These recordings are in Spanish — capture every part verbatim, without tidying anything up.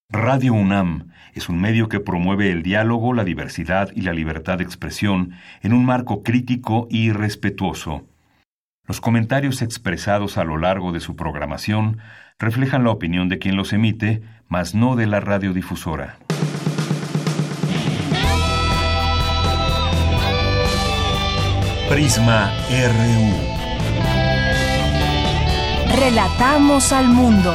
Radio UNAM es un medio que promueve el diálogo, la diversidad y la libertad de expresión en un marco crítico y respetuoso. Los comentarios expresados a lo largo de su programación reflejan la opinión de quien los emite, mas no de la radiodifusora. Prisma R U. Relatamos al mundo.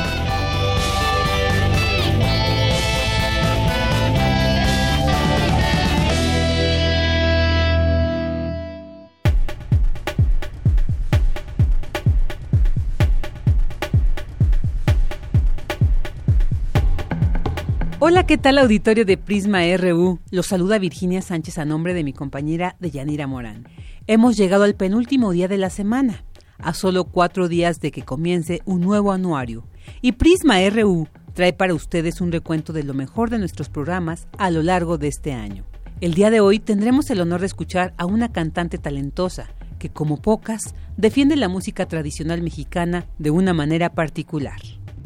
Hola, ¿qué tal auditorio de Prisma R U? Los saluda Virginia Sánchez a nombre de mi compañera Deyanira Morán. Hemos llegado al penúltimo día de la semana, a solo cuatro días de que comience un nuevo anuario. Y Prisma R U trae para ustedes un recuento de lo mejor de nuestros programas a lo largo de este año. El día de hoy tendremos el honor de escuchar a una cantante talentosa que, como pocas, defiende la música tradicional mexicana de una manera particular.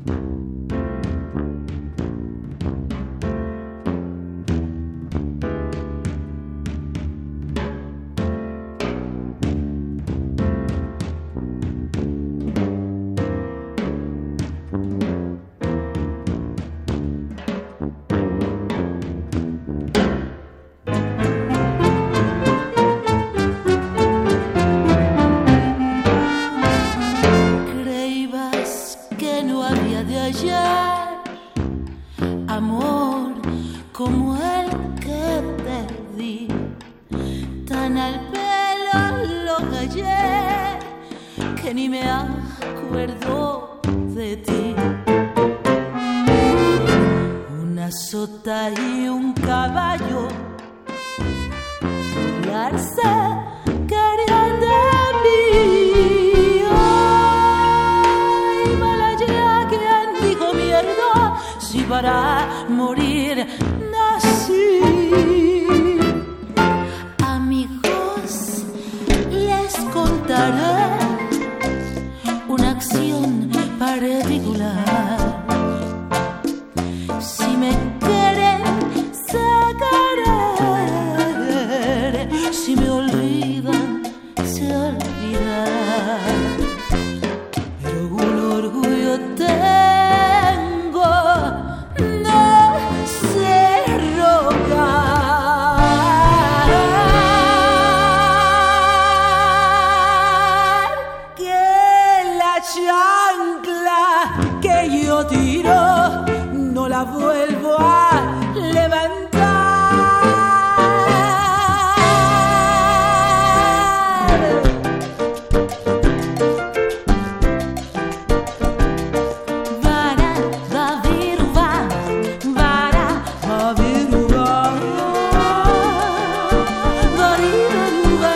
Para morir nací. Amigos, les contaré una acción particular. Si me quieren sacar, si me olvidan, se olvidan. Pero un orgullo te vuelvo a levantar. Vara, va, viruva, vara, va, viruva, va, viruva,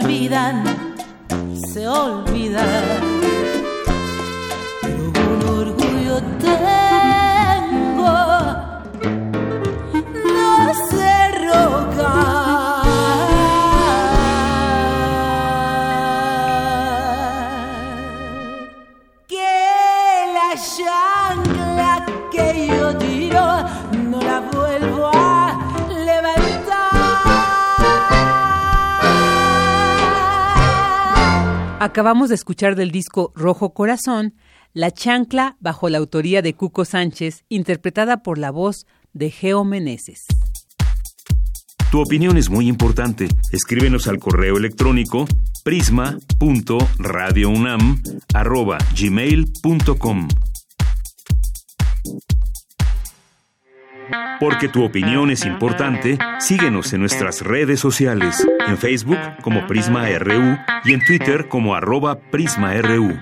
olvidan, se olvidan. Pero un orgullo tengo, no se rogar. Que la chancla que yo tiro no la vuelvo a levantar. Acabamos de escuchar del disco Rojo Corazón, La Chancla, bajo la autoría de Cuco Sánchez, interpretada por la voz de Geo Meneses. Tu opinión es muy importante. Escríbenos al correo electrónico prisma punto radio unam arroba gmail punto com. Porque tu opinión es importante, síguenos en nuestras redes sociales, en Facebook como Prisma R U y en Twitter como arroba Prisma R U.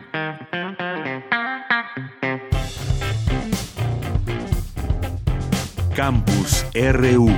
Campus R U.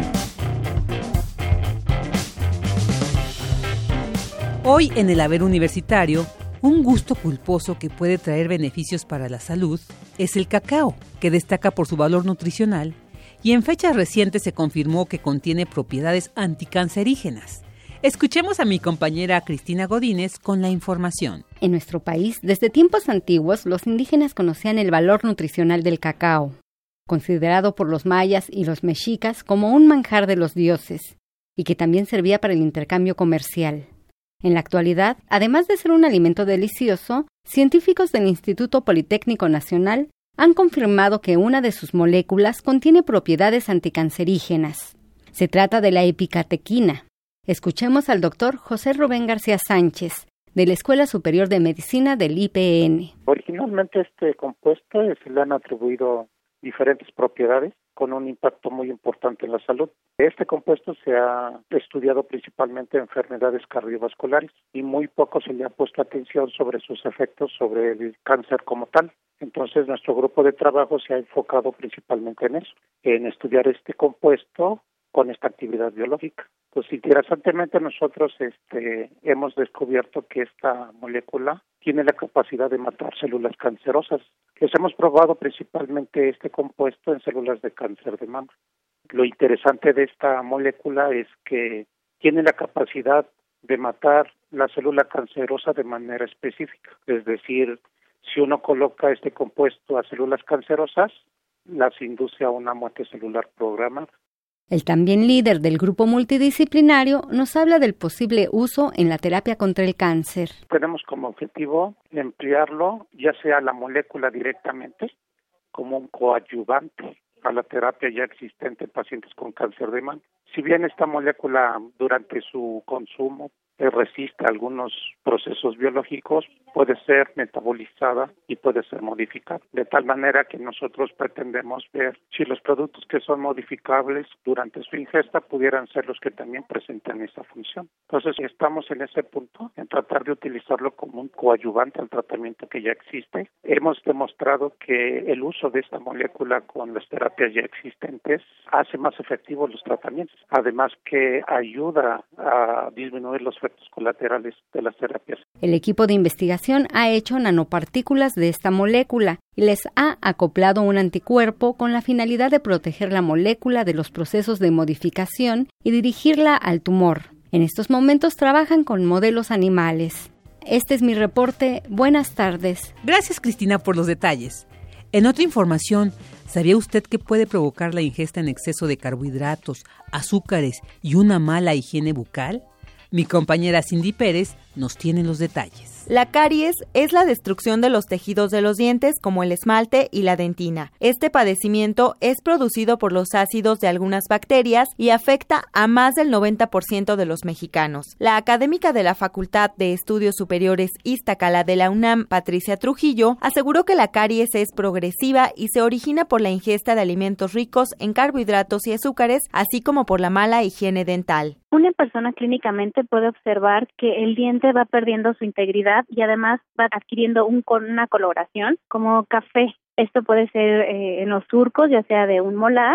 Hoy en el haber universitario, un gusto culposo que puede traer beneficios para la salud es el cacao, que destaca por su valor nutricional y en fechas recientes se confirmó que contiene propiedades anticancerígenas. Escuchemos a mi compañera Cristina Godínez con la información. En nuestro país, desde tiempos antiguos, los indígenas conocían el valor nutricional del cacao, considerado por los mayas y los mexicas como un manjar de los dioses, y que también servía para el intercambio comercial. En la actualidad, además de ser un alimento delicioso, científicos del Instituto Politécnico Nacional han confirmado que una de sus moléculas contiene propiedades anticancerígenas. Se trata de la epicatequina. Escuchemos al doctor José Rubén García Sánchez, de la Escuela Superior de Medicina del I P N. Originalmente este compuesto se le han atribuido diferentes propiedades con un impacto muy importante en la salud. Este compuesto se ha estudiado principalmente en enfermedades cardiovasculares y muy poco se le ha puesto atención sobre sus efectos sobre el cáncer como tal. Entonces nuestro grupo de trabajo se ha enfocado principalmente en eso, en estudiar este compuesto con esta actividad biológica. Pues interesantemente nosotros este, hemos descubierto que esta molécula tiene la capacidad de matar células cancerosas. Les hemos probado principalmente este compuesto en células de cáncer de mama. Lo interesante de esta molécula es que tiene la capacidad de matar la célula cancerosa de manera específica. Es decir, si uno coloca este compuesto a células cancerosas, las induce a una muerte celular programada. El también líder del grupo multidisciplinario nos habla del posible uso en la terapia contra el cáncer. Tenemos como objetivo emplearlo, ya sea la molécula directamente, como un coadyuvante a la terapia ya existente en pacientes con cáncer de mama. Si bien esta molécula durante su consumo eh, resiste algunos procesos biológicos, puede ser metabolizada y puede ser modificada, de tal manera que nosotros pretendemos ver si los productos que son modificables durante su ingesta pudieran ser los que también presenten esa función. Entonces estamos en ese punto, en tratar de utilizarlo como un coadyuvante al tratamiento que ya existe. Hemos demostrado que el uso de esta molécula con las terapias ya existentes hace más efectivos los tratamientos, además que ayuda a disminuir los efectos colaterales de las terapias. El equipo de investigación ha hecho nanopartículas de esta molécula y les ha acoplado un anticuerpo con la finalidad de proteger la molécula de los procesos de modificación y dirigirla al tumor. En estos momentos trabajan con modelos animales. Este es mi reporte. Buenas tardes. Gracias, Cristina, por los detalles. En otra información, ¿sabía usted que puede provocar la ingesta en exceso de carbohidratos, azúcares y una mala higiene bucal? Mi compañera Cindy Pérez nos tiene los detalles. La caries es la destrucción de los tejidos de los dientes, como el esmalte y la dentina. Este padecimiento es producido por los ácidos de algunas bacterias y afecta a más del noventa por ciento de los mexicanos. La académica de la Facultad de Estudios Superiores Iztacala de la UNAM, Patricia Trujillo, aseguró que la caries es progresiva y se origina por la ingesta de alimentos ricos en carbohidratos y azúcares, así como por la mala higiene dental. Una persona clínicamente puede observar que el diente va perdiendo su integridad y además va adquiriendo un, una coloración como café. Esto puede ser eh, en los surcos, ya sea de un molar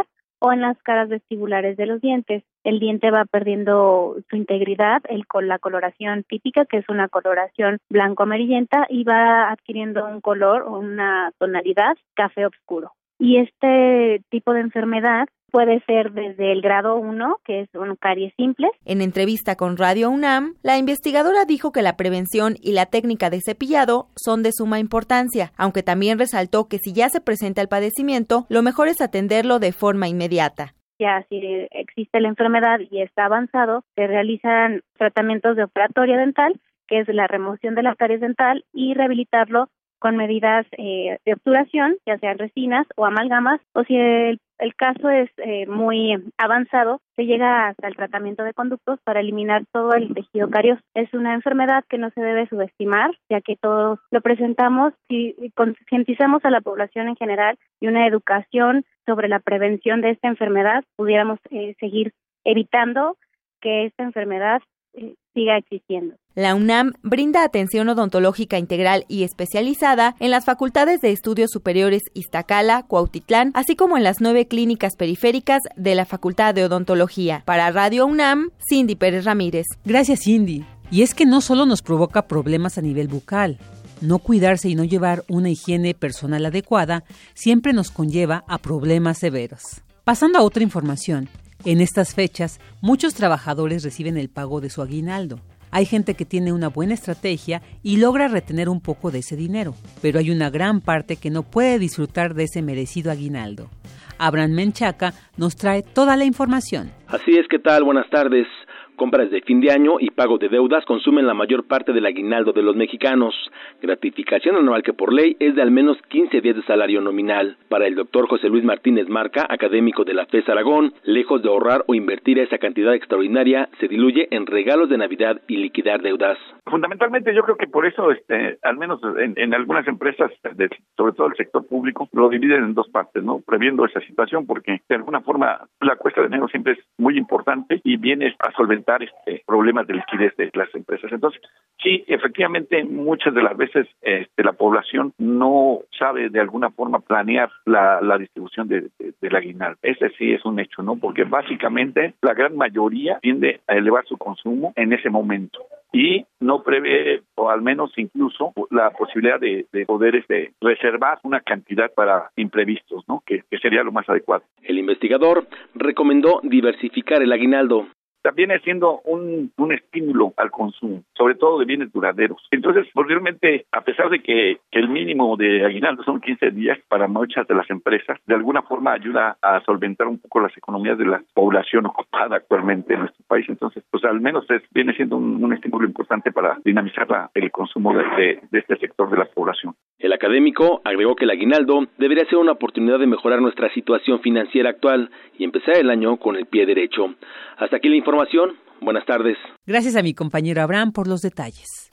o en las caras vestibulares de los dientes. El diente va perdiendo su integridad, el, con la coloración típica, que es una coloración blanco-amarillenta, y va adquiriendo un color o una tonalidad café oscuro. Y este tipo de enfermedad puede ser desde el grado uno, que es un caries simple. En entrevista con Radio UNAM, la investigadora dijo que la prevención y la técnica de cepillado son de suma importancia, aunque también resaltó que si ya se presenta el padecimiento, lo mejor es atenderlo de forma inmediata. Ya si existe la enfermedad y está avanzado, se realizan tratamientos de operatoria dental, que es la remoción de la caries dental, y rehabilitarlo con medidas eh, de obturación, ya sean resinas o amalgamas, o si el, el caso es eh, muy avanzado, se llega hasta el tratamiento de conductos para eliminar todo el tejido carioso. Es una enfermedad que no se debe subestimar, ya que todos lo presentamos y concientizamos a la población en general y una educación sobre la prevención de esta enfermedad, pudiéramos eh, seguir evitando que esta enfermedad eh, siga existiendo. La UNAM brinda atención odontológica integral y especializada en las facultades de estudios superiores Iztacala, Cuautitlán, así como en las nueve clínicas periféricas de la Facultad de Odontología. Para Radio UNAM, Cindy Pérez Ramírez. Gracias, Cindy. Y es que no solo nos provoca problemas a nivel bucal. No cuidarse y no llevar una higiene personal adecuada siempre nos conlleva a problemas severos. Pasando a otra información, en estas fechas muchos trabajadores reciben el pago de su aguinaldo. Hay gente que tiene una buena estrategia y logra retener un poco de ese dinero, pero hay una gran parte que no puede disfrutar de ese merecido aguinaldo. Abraham Menchaca nos trae toda la información. Así es, ¿qué tal? Buenas tardes. Compras de fin de año y pago de deudas consumen la mayor parte del aguinaldo de los mexicanos. Gratificación anual que por ley es de al menos quince días de salario nominal. Para el doctor José Luis Martínez Marca, académico de la FES Aragón, lejos de ahorrar o invertir esa cantidad extraordinaria, se diluye en regalos de Navidad y liquidar deudas. Fundamentalmente yo creo que por eso, este, al menos en, en algunas empresas, de, sobre todo el sector público, lo dividen en dos partes, ¿no? Previendo esa situación, porque de alguna forma la cuesta de dinero siempre es muy importante y viene a solventar este problemas de liquidez de las empresas. Entonces, sí, efectivamente, muchas de las veces este, la población no sabe de alguna forma planear la, la distribución de, de, del aguinaldo. Ese sí es un hecho, ¿no? Porque básicamente la gran mayoría tiende a elevar su consumo en ese momento y no prevé, o al menos incluso, la posibilidad de, de poder este, reservar una cantidad para imprevistos, ¿no? Que, que sería lo más adecuado. El investigador recomendó diversificar el aguinaldo. También viene siendo un, un estímulo al consumo, sobre todo de bienes duraderos. Entonces, posiblemente, a pesar de que, que el mínimo de aguinaldo son quince días para muchas de las empresas, de alguna forma ayuda a solventar un poco las economías de la población ocupada actualmente en nuestro país. Entonces, pues al menos es, viene siendo un, un estímulo importante para dinamizar la, el consumo de, de, de este sector de la población. El académico agregó que el aguinaldo debería ser una oportunidad de mejorar nuestra situación financiera actual y empezar el año con el pie derecho. Hasta aquí la información. Buenas tardes. Gracias a mi compañero Abraham por los detalles.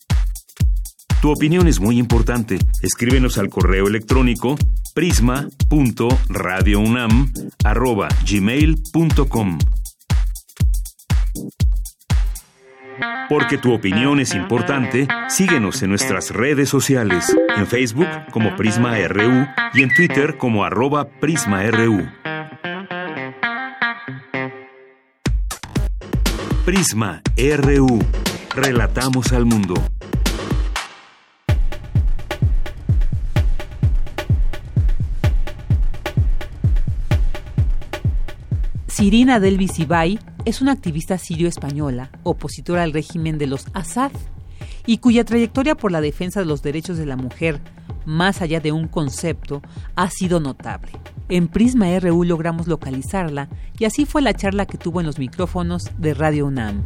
Tu opinión es muy importante. Escríbenos al correo electrónico prisma punto radio unam arroba gmail punto com. Porque tu opinión es importante, síguenos en nuestras redes sociales, en Facebook como Prisma R U y en Twitter como arroba Prisma R U. Prisma R U. Relatamos al mundo. Shirin Adelvi-Sibay es una activista sirio-española, opositora al régimen de los Assad, y cuya trayectoria por la defensa de los derechos de la mujer, más allá de un concepto, ha sido notable. En Prisma R U logramos localizarla y así fue la charla que tuvo en los micrófonos de Radio UNAM.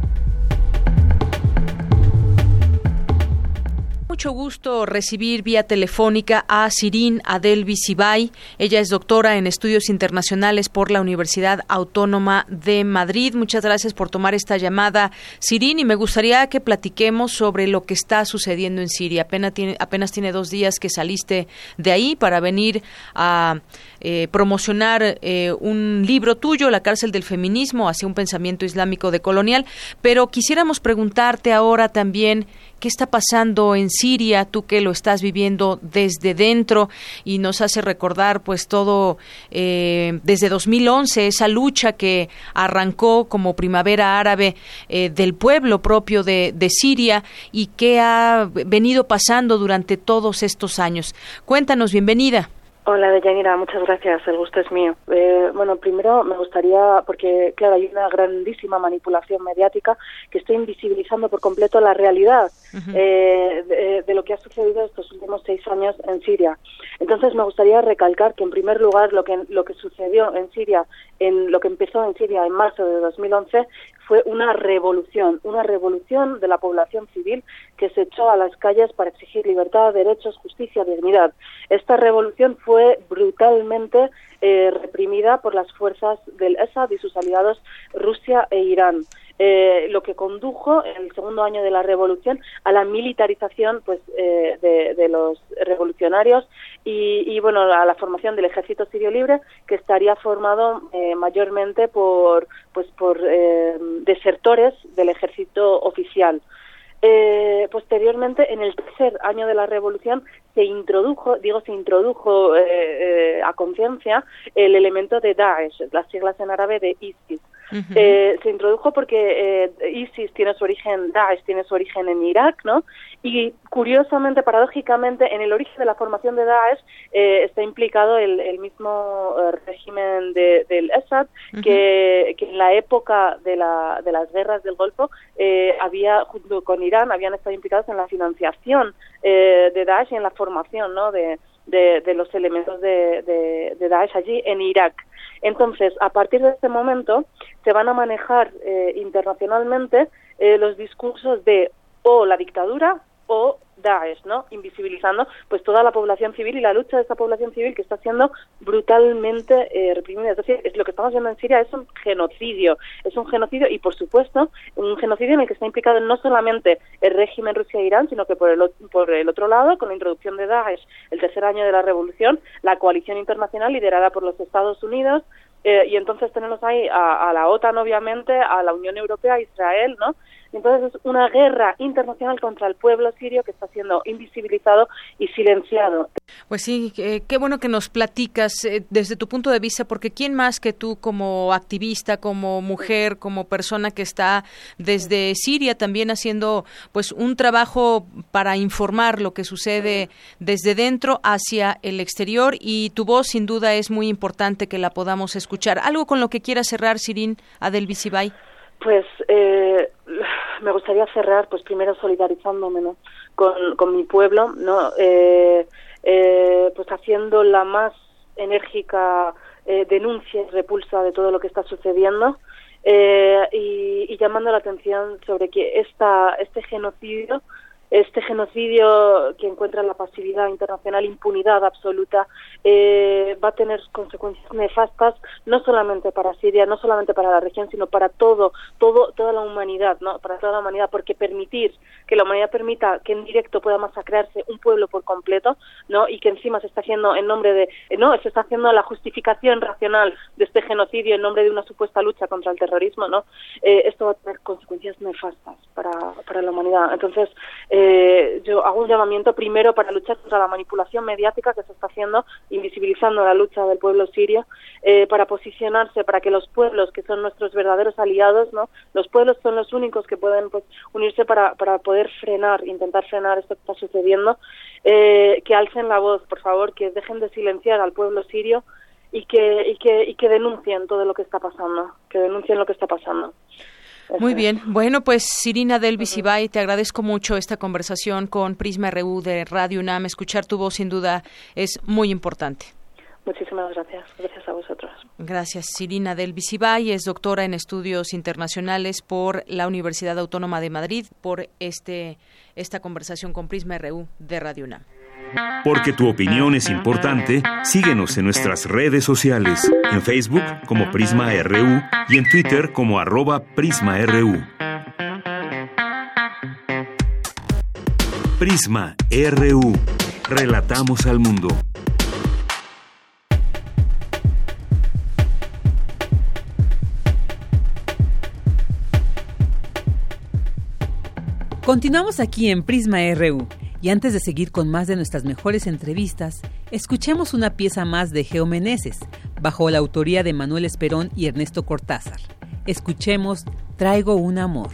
Mucho gusto recibir vía telefónica a Shirin Adelvi-Sibay. Ella es doctora en estudios internacionales por la Universidad Autónoma de Madrid. Muchas gracias por tomar esta llamada, Shirin, y me gustaría que platiquemos sobre lo que está sucediendo en Siria. Apenas tiene, apenas tiene dos días que saliste de ahí para venir a eh, promocionar eh, un libro tuyo, La cárcel del feminismo, hacia un pensamiento islámico decolonial, pero quisiéramos preguntarte ahora también ¿Qué está pasando en Siria? Tú que lo estás viviendo desde dentro y nos hace recordar pues todo eh, desde dos mil once, esa lucha que arrancó como primavera árabe eh, del pueblo propio de, de Siria y qué ha venido pasando durante todos estos años. Cuéntanos, bienvenida. Hola, Deyanira, muchas gracias, el gusto es mío. Eh, bueno, primero me gustaría, porque claro, hay una grandísima manipulación mediática que está invisibilizando por completo la realidad uh-huh. eh, de, de lo que ha sucedido estos últimos seis años en Siria. Entonces me gustaría recalcar que en primer lugar lo que, lo que sucedió en Siria, en lo que empezó en Siria en marzo de dos mil once, fue una revolución, una revolución de la población civil que se echó a las calles para exigir libertad, derechos, justicia, dignidad. Esta revolución fue brutalmente eh, reprimida por las fuerzas del Assad y sus aliados Rusia e Irán. Eh, lo que condujo en el segundo año de la revolución a la militarización pues eh, de, de los revolucionarios y, y bueno a la formación del ejército sirio libre, que estaría formado eh, mayormente por pues por eh, desertores del ejército oficial. Eh, posteriormente, en el tercer año de la revolución, se introdujo, digo se introdujo eh, eh, a conciencia el elemento de Daesh, las siglas en árabe de ISIS. Uh-huh. Eh, se introdujo porque eh, ISIS tiene su origen, Daesh tiene su origen en Irak, ¿no? Y curiosamente, paradójicamente, en el origen de la formación de Daesh eh, está implicado el, el mismo eh, régimen de, del Assad, uh-huh. que, que en la época de, la, de las guerras del Golfo eh, había, junto con Irán, habían estado implicados en la financiación eh, de Daesh y en la formación, ¿no?, de, de, de los elementos de, de, de Daesh allí en Irak. Entonces, a partir de este momento, se van a manejar eh, internacionalmente eh, los discursos de o la dictadura o Daesh, ¿no? Invisibilizando pues toda la población civil y la lucha de esa población civil que está siendo brutalmente eh, reprimida. Es decir, es lo que estamos viendo en Siria es un genocidio, es un genocidio y por supuesto un genocidio en el que está implicado no solamente el régimen Rusia e Irán, sino que por el, por el otro lado, con la introducción de Daesh, el tercer año de la revolución, la coalición internacional liderada por los Estados Unidos, eh, y entonces tenemos ahí a, a la OTAN, obviamente, a la Unión Europea, a Israel, ¿no? Entonces es una guerra internacional contra el pueblo sirio que está siendo invisibilizado y silenciado. Pues sí, eh, qué bueno que nos platicas eh, desde tu punto de vista, porque quién más que tú como activista, como mujer, como persona que está desde Siria también haciendo pues un trabajo para informar lo que sucede desde dentro hacia el exterior, y tu voz sin duda es muy importante que la podamos escuchar. ¿Algo con lo que quieras cerrar, Shirin Adelbisibay? Pues eh, me gustaría cerrar, pues primero solidarizándome, ¿no?, con, con mi pueblo, ¿no? Eh, eh, pues haciendo la más enérgica eh, denuncia y repulsa de todo lo que está sucediendo eh, y, y llamando la atención sobre que esta, este genocidio Este genocidio que encuentra la pasividad internacional, impunidad absoluta, eh, va a tener consecuencias nefastas no solamente para Siria, no solamente para la región, sino para todo, todo, toda la humanidad, ¿no? Para toda la humanidad, porque permitir que la humanidad permita que en directo pueda masacrarse un pueblo por completo, ¿no? Y que encima se está haciendo en nombre de, no, se está haciendo la justificación racional de este genocidio en nombre de una supuesta lucha contra el terrorismo, ¿no? Eh, esto va a tener consecuencias nefastas para, para la humanidad. Entonces, Eh, yo hago un llamamiento primero para luchar contra la manipulación mediática que se está haciendo, invisibilizando la lucha del pueblo sirio, eh, para posicionarse, para que los pueblos, que son nuestros verdaderos aliados, ¿no? Los pueblos son los únicos que pueden pues, unirse para, para poder frenar, intentar frenar esto que está sucediendo, eh, que alcen la voz, por favor, que dejen de silenciar al pueblo sirio y que, y que, y que denuncien todo lo que está pasando, que denuncien lo que está pasando. Muy bien. Bueno, pues Shirin Adelbisibay, te agradezco mucho esta conversación con Prisma R U de Radio UNAM. Escuchar tu voz sin duda es muy importante. Muchísimas gracias. Gracias a vosotros. Gracias. Shirin Adelbisibay es doctora en estudios internacionales por la Universidad Autónoma de Madrid, por este esta conversación con Prisma R U de Radio UNAM. Porque tu opinión es importante, síguenos en nuestras redes sociales, en Facebook como Prisma R U y en Twitter como arroba Prisma R U. Prisma R U. Relatamos al mundo. Continuamos aquí en Prisma R U y antes de seguir con más de nuestras mejores entrevistas, escuchemos una pieza más de Geo Meneses, bajo la autoría de Manuel Esperón y Ernesto Cortázar. Escuchemos Traigo un amor.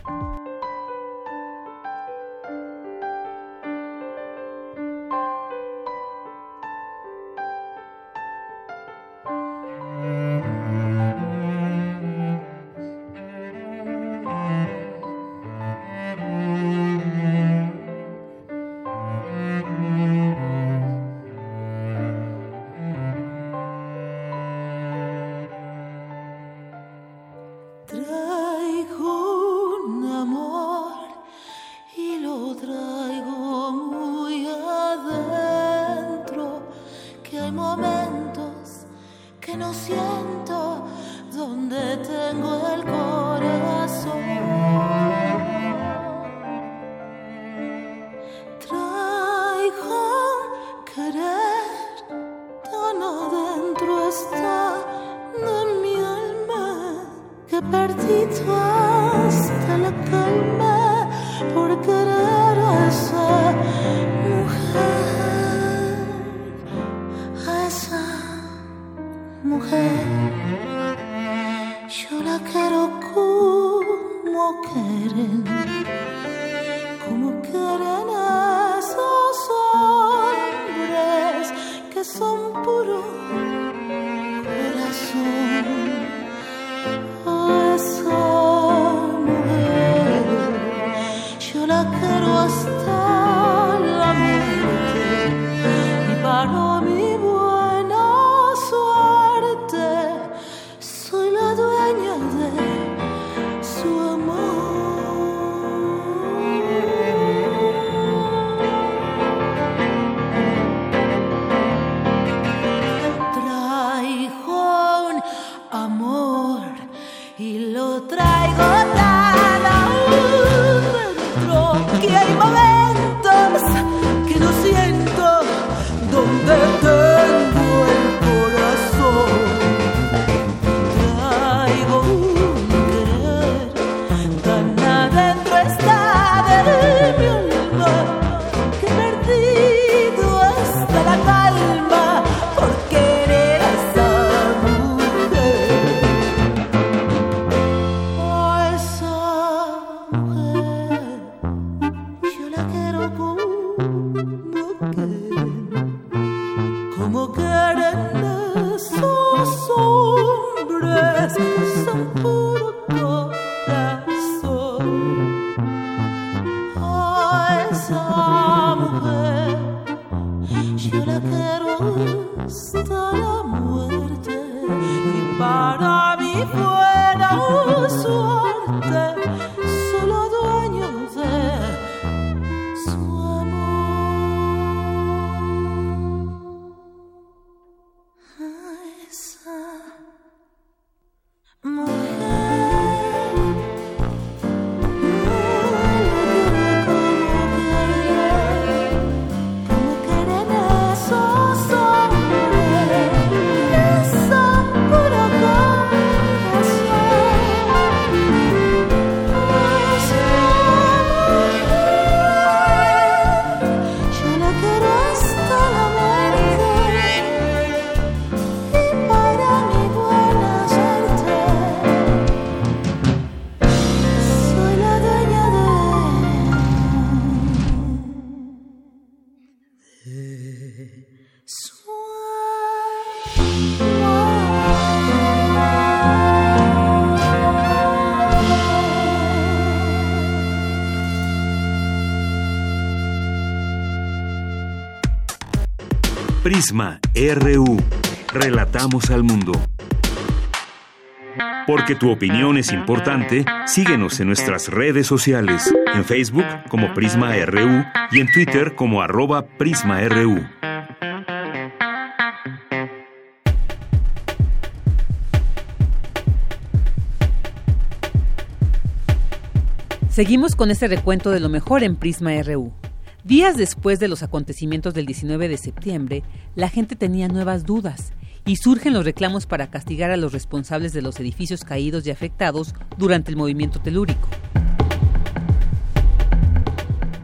Prisma R U. Relatamos al mundo. Porque tu opinión es importante, síguenos en nuestras redes sociales, en Facebook como Prisma R U y en Twitter como arroba Prisma R U. Seguimos con este recuento de lo mejor en Prisma R U. Días después de los acontecimientos del diecinueve de septiembre, la gente tenía nuevas dudas y surgen los reclamos para castigar a los responsables de los edificios caídos y afectados durante el movimiento telúrico.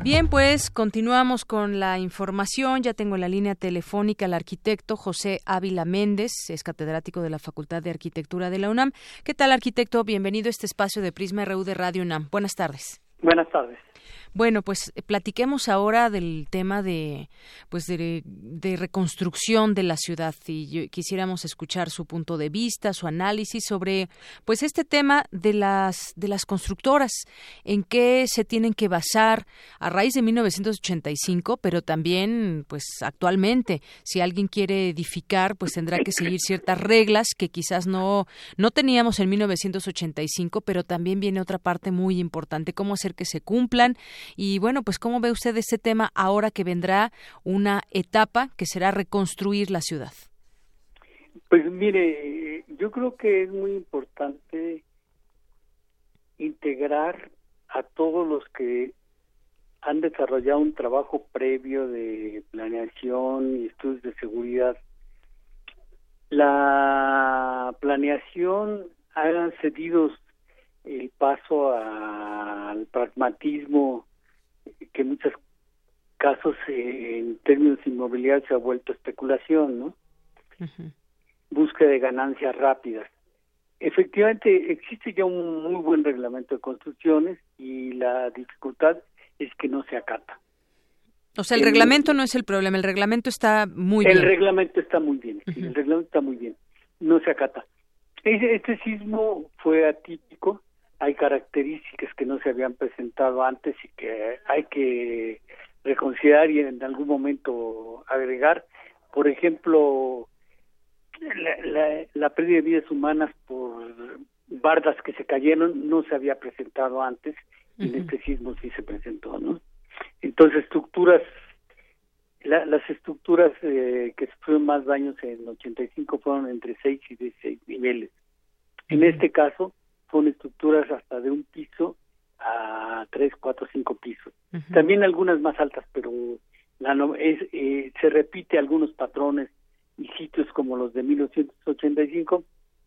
Bien, pues continuamos con la información. Ya tengo en la línea telefónica al arquitecto José Ávila Méndez, es catedrático de la Facultad de Arquitectura de la UNAM. ¿Qué tal, arquitecto? Bienvenido a este espacio de Prisma R U de Radio UNAM. Buenas tardes. Buenas tardes. Bueno, pues platiquemos ahora del tema de, pues de, de reconstrucción de la ciudad, y yo, quisiéramos escuchar su punto de vista, su análisis sobre, pues este tema de las de las constructoras, en qué se tienen que basar a raíz de mil novecientos ochenta y cinco, pero también, pues actualmente, si alguien quiere edificar, pues tendrá que seguir ciertas reglas que quizás no no teníamos en mil novecientos ochenta y cinco, pero también viene otra parte muy importante, cómo hacer que se cumplan. Y bueno, pues ¿cómo ve usted este tema ahora que vendrá una etapa que será reconstruir la ciudad? Pues mire, yo creo que es muy importante integrar a todos los que han desarrollado un trabajo previo de planeación y estudios de seguridad. La planeación ha cedido el paso a, al pragmatismo, que en muchos casos eh, en términos inmobiliarios se ha vuelto especulación, ¿no? Uh-huh. Búsqueda de ganancias rápidas. Efectivamente, existe ya un muy buen reglamento de construcciones y la dificultad es que no se acata. O sea, el, el reglamento no es el problema, el reglamento está muy el bien. El reglamento está muy bien, sí, uh-huh. El reglamento está muy bien, no se acata. Este, este sismo fue atípico. Hay características que no se habían presentado antes y que hay que reconsiderar y en algún momento agregar. Por ejemplo, la, la, la pérdida de vidas humanas por bardas que se cayeron no se había presentado antes, y uh-huh. en este sismo sí se presentó, ¿no? Entonces, estructuras, la, las estructuras eh, que sufrieron más daños en ochenta y cinco fueron entre seis y dieciséis niveles. Uh-huh. En este caso, son estructuras hasta de un piso a tres, cuatro, cinco pisos. Uh-huh. También algunas más altas, pero la no, es, eh, se repite algunos patrones y sitios como los de mil novecientos ochenta y cinco,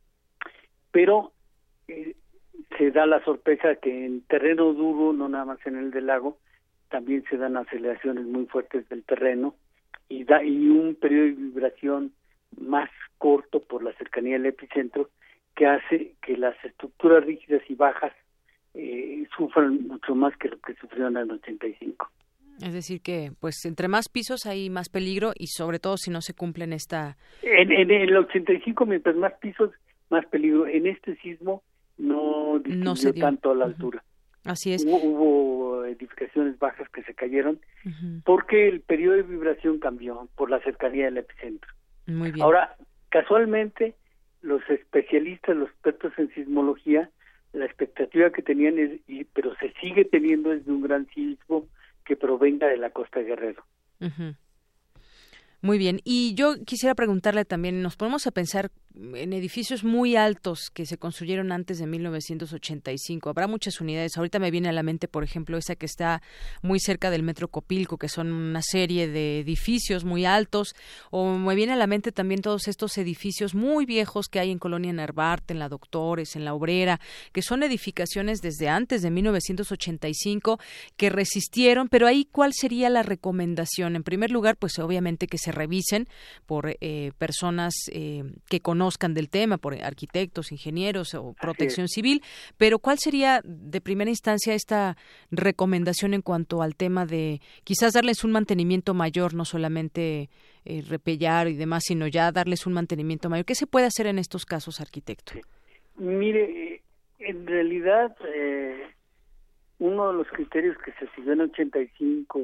pero eh, se da la sorpresa que en terreno duro, no nada más en el del lago, también se dan aceleraciones muy fuertes del terreno y, da, y un periodo de vibración más corto por la cercanía del epicentro, que hace que las estructuras rígidas y bajas eh, sufran mucho más que lo que sufrieron en el ochenta y cinco. Es decir que, pues, entre más pisos hay más peligro y sobre todo si no se cumplen esta... En, en el ochenta y cinco, mientras más pisos, más peligro. En este sismo no disminuyó no se dio. tanto a la uh-huh. altura. Así es. Hubo, hubo edificaciones bajas que se cayeron uh-huh. porque el periodo de vibración cambió por la cercanía del epicentro. Muy bien. Ahora, casualmente, los especialistas, los expertos en sismología, la expectativa que tenían es, y, pero se sigue teniendo, es de un gran sismo que provenga de la costa de Guerrero. Uh-huh. Muy bien, y yo quisiera preguntarle también, nos ponemos a pensar en edificios muy altos que se construyeron antes de mil novecientos ochenta y cinco. Habrá muchas unidades. Ahorita me viene a la mente, por ejemplo, esa que está muy cerca del Metro Copilco, que son una serie de edificios muy altos. O me viene a la mente también todos estos edificios muy viejos que hay en Colonia Narvarte, en la Doctores, en la Obrera, que son edificaciones desde antes de mil novecientos ochenta y cinco que resistieron. Pero ahí, ¿cuál sería la recomendación? En primer lugar, pues obviamente que se revisen por eh, personas eh, que conocen conozcan del tema, por arquitectos, ingenieros o protección civil, pero ¿cuál sería de primera instancia esta recomendación en cuanto al tema de quizás darles un mantenimiento mayor, no solamente eh, repellar y demás, sino ya darles un mantenimiento mayor? ¿Qué se puede hacer en estos casos, arquitecto? Sí. Mire, en realidad eh, uno de los criterios que se siguió en ochenta y cinco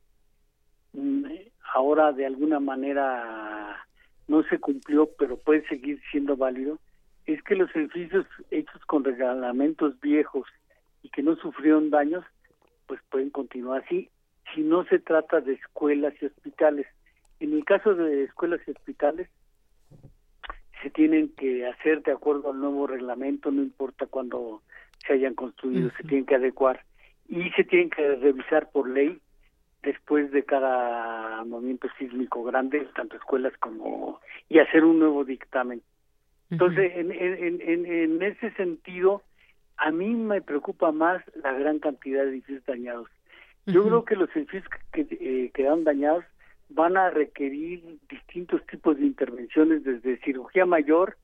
y ahora de alguna manera no se cumplió, pero puede seguir siendo válido, es que los edificios hechos con reglamentos viejos y que no sufrieron daños, pues pueden continuar así, si no se trata de escuelas y hospitales. En el caso de escuelas y hospitales, se tienen que hacer de acuerdo al nuevo reglamento, no importa cuándo se hayan construido, uh-huh. se tienen que adecuar y se tienen que revisar por ley después de cada movimiento sísmico grande, tanto escuelas como... y hacer un nuevo dictamen. Entonces, uh-huh. en, en, en, en ese sentido, a mí me preocupa más la gran cantidad de edificios dañados. Yo Uh-huh. creo que los edificios que, que eh, quedaron dañados van a requerir distintos tipos de intervenciones, desde cirugía mayor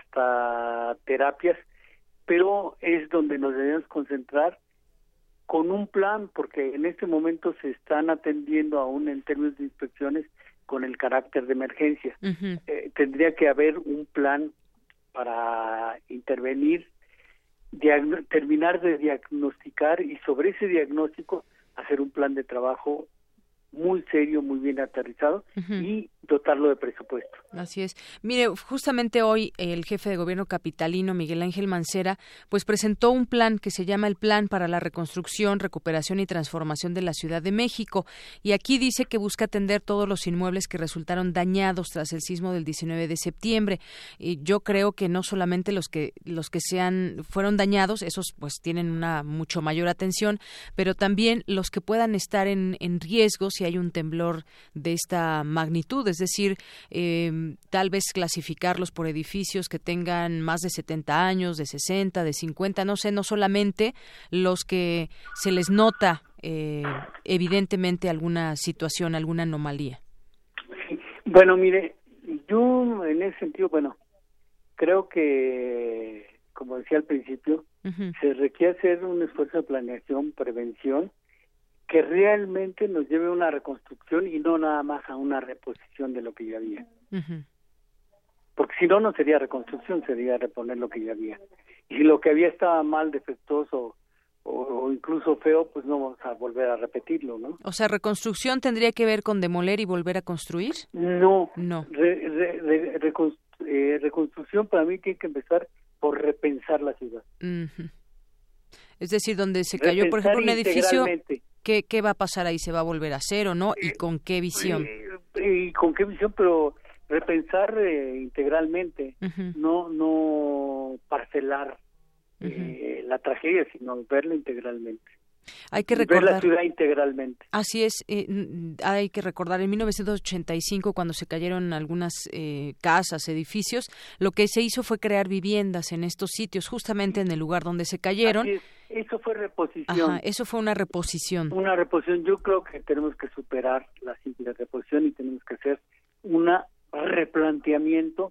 hasta terapias, pero es donde nos debemos concentrar con un plan, porque en este momento se están atendiendo aún en términos de inspecciones con el carácter de emergencia. Uh-huh. Eh, tendría que haber un plan para intervenir, diagn- terminar de diagnosticar y sobre ese diagnóstico hacer un plan de trabajo muy serio, muy bien aterrizado Uh-huh. y dotarlo de presupuesto. Así es. Mire, justamente hoy el jefe de gobierno capitalino, Miguel Ángel Mancera, pues presentó un plan que se llama el Plan para la Reconstrucción, Recuperación y Transformación de la Ciudad de México. Y aquí dice que busca atender todos los inmuebles que resultaron dañados tras el sismo del diecinueve de septiembre. Y yo creo que no solamente los que los que sean fueron dañados, esos pues tienen una mucho mayor atención, pero también los que puedan estar en, en riesgo si hay un temblor de esta magnitud, es decir, eh, tal vez clasificarlos por edificios que tengan más de setenta años, de sesenta, de cincuenta, no sé, no solamente los que se les nota eh, evidentemente alguna situación, alguna anomalía. Bueno, mire, yo en ese sentido, bueno, creo que, como decía al principio, Uh-huh. se requiere hacer un esfuerzo de planeación, prevención, que realmente nos lleve a una reconstrucción y no nada más a una reposición de lo que ya había. Uh-huh. Porque si no, no sería reconstrucción, sería reponer lo que ya había. Y si lo que había estaba mal, defectuoso o, o incluso feo, pues no vamos a volver a repetirlo, ¿no? O sea, ¿reconstrucción tendría que ver con demoler y volver a construir? No. No. Re, re, re, reconstru- eh, reconstrucción para mí tiene que empezar por repensar la ciudad. Uh-huh. Es decir, donde se cayó, por Repensar ejemplo, un edificio, integralmente. ¿qué, ¿qué va a pasar ahí? ¿Se va a volver a hacer o no? ¿Y con qué visión? Eh, ¿Y con qué visión? Pero repensar eh, integralmente, Uh-huh. no no parcelar Uh-huh. eh, la tragedia, sino verla integralmente. Hay que Ver la recordar. ciudad integralmente. Así es, eh, n- hay que recordar, en mil novecientos ochenta y cinco, cuando se cayeron algunas eh, casas, edificios, lo que se hizo fue crear viviendas en estos sitios, justamente en el lugar donde se cayeron. Así es, eso fue reposición. Ajá, eso fue una reposición. Una reposición. Yo creo que tenemos que superar la simple reposición y tenemos que hacer un replanteamiento,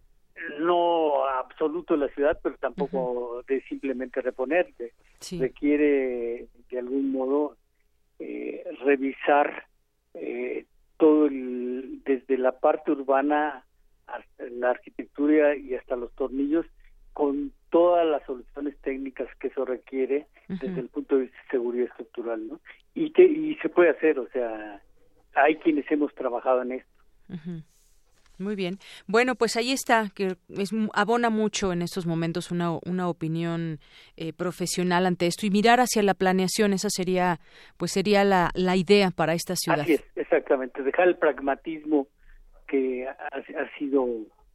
no absoluto de la ciudad, pero tampoco uh-huh. de simplemente reponer. De, sí. Requiere de algún modo eh, revisar eh, todo el, desde la parte urbana hasta la arquitectura y hasta los tornillos, con todas las soluciones técnicas que eso requiere uh-huh. desde el punto de vista de seguridad estructural, ¿no? Y que y se puede hacer, o sea, hay quienes hemos trabajado en esto. Uh-huh. Muy bien. Bueno, pues ahí está, que es, abona mucho en estos momentos una, una opinión eh, profesional ante esto y mirar hacia la planeación, esa sería, pues sería la, la idea para esta ciudad. Así es, exactamente, dejar el pragmatismo que ha, ha sido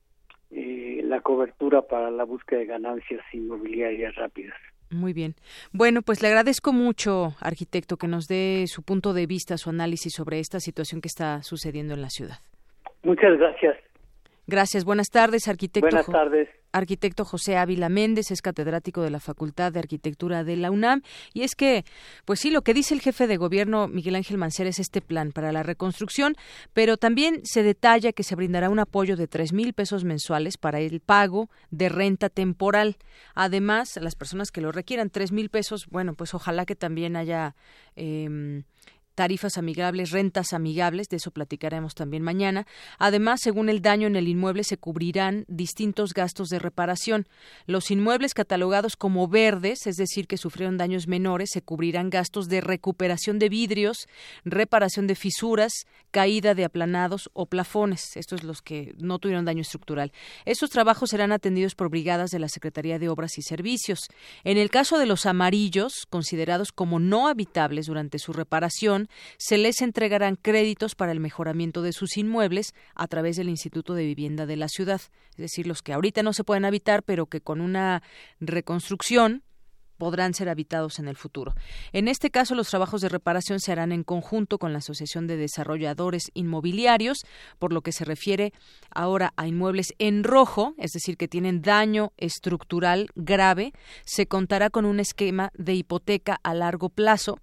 eh, la cobertura para la búsqueda de ganancias inmobiliarias rápidas. Muy bien. Bueno, pues le agradezco mucho, arquitecto, que nos dé su punto de vista, su análisis sobre esta situación que está sucediendo en la ciudad. Muchas gracias. Gracias. Buenas tardes, arquitecto. Buenas tardes. Arquitecto José Ávila Méndez es catedrático de la Facultad de Arquitectura de la UNAM. Y es que, pues sí, lo que dice el jefe de gobierno, Miguel Ángel Mancera, es este plan para la reconstrucción, pero también se detalla que se brindará un apoyo de tres mil pesos mensuales para el pago de renta temporal. Además, las personas que lo requieran, tres mil pesos, bueno, pues ojalá que también haya Eh, tarifas amigables, rentas amigables, de eso platicaremos también mañana. Además, según el daño en el inmueble, se cubrirán distintos gastos de reparación. Los inmuebles catalogados como verdes, es decir, que sufrieron daños menores, se cubrirán gastos de recuperación de vidrios, reparación de fisuras, caída de aplanados o plafones. Estos los que no tuvieron daño estructural. Estos trabajos serán atendidos por brigadas de la Secretaría de Obras y Servicios. En el caso de los amarillos, considerados como no habitables durante su reparación, se les entregarán créditos para el mejoramiento de sus inmuebles a través del Instituto de Vivienda de la ciudad. Es decir, los que ahorita no se pueden habitar, pero que con una reconstrucción podrán ser habitados en el futuro. En este caso, los trabajos de reparación se harán en conjunto con la Asociación de Desarrolladores Inmobiliarios, por lo que se refiere ahora a inmuebles en rojo, es decir, que tienen daño estructural grave, se contará con un esquema de hipoteca a largo plazo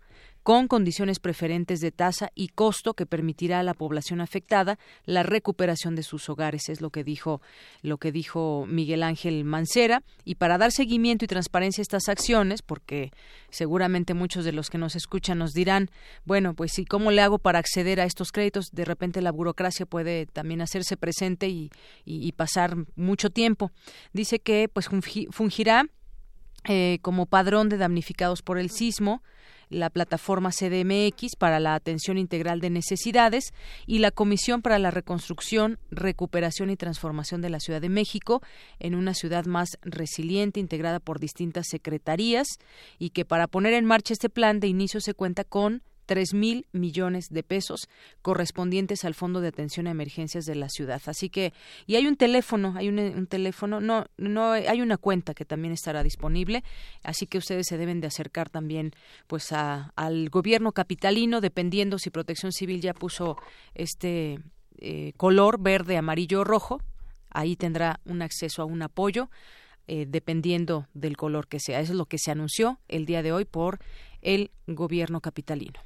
con condiciones preferentes de tasa y costo que permitirá a la población afectada la recuperación de sus hogares, es lo que dijo, lo que dijo Miguel Ángel Mancera. Y para dar seguimiento y transparencia a estas acciones, porque seguramente muchos de los que nos escuchan nos dirán, bueno, pues sí, ¿cómo le hago para acceder a estos créditos? De repente la burocracia puede también hacerse presente y, y, y pasar mucho tiempo. Dice que pues fungirá eh, como padrón de damnificados por el sismo la plataforma C D M X para la atención integral de necesidades y la Comisión para la Reconstrucción, Recuperación y Transformación de la Ciudad de México en una ciudad más resiliente, integrada por distintas secretarías, y que para poner en marcha este plan de inicio se cuenta con tres mil millones de pesos correspondientes al Fondo de Atención a Emergencias de la ciudad. Así que, y hay un teléfono, hay un, un teléfono, no, no, hay una cuenta que también estará disponible, así que ustedes se deben de acercar también, pues, a, al gobierno capitalino, dependiendo si Protección Civil ya puso este eh, color verde, amarillo o rojo, ahí tendrá un acceso a un apoyo, eh, dependiendo del color que sea. Eso es lo que se anunció el día de hoy por el gobierno capitalino.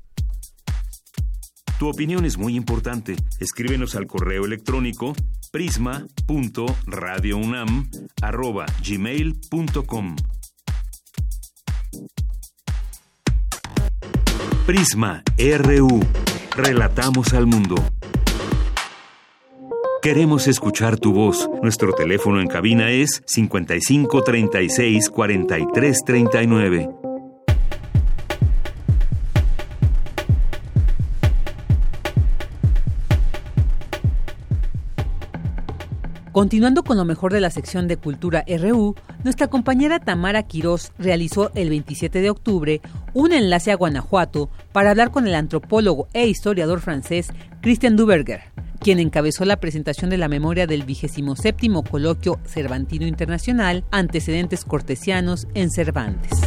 Tu opinión es muy importante. Escríbenos al correo electrónico prisma punto radio unam arroba gmail punto com. Prisma R U. Relatamos al mundo. Queremos escuchar tu voz. Nuestro teléfono en cabina es cincuenta y cinco treinta y seis cuarenta y tres treinta y nueve. Continuando con lo mejor de la sección de Cultura R U, nuestra compañera Tamara Quirós realizó el veintisiete de octubre un enlace a Guanajuato para hablar con el antropólogo e historiador francés Christian Duverger, quien encabezó la presentación de la memoria del vigésimo séptimo Coloquio Cervantino Internacional, Antecedentes Cortesianos en Cervantes.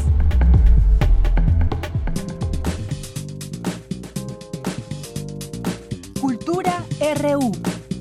Cultura R U.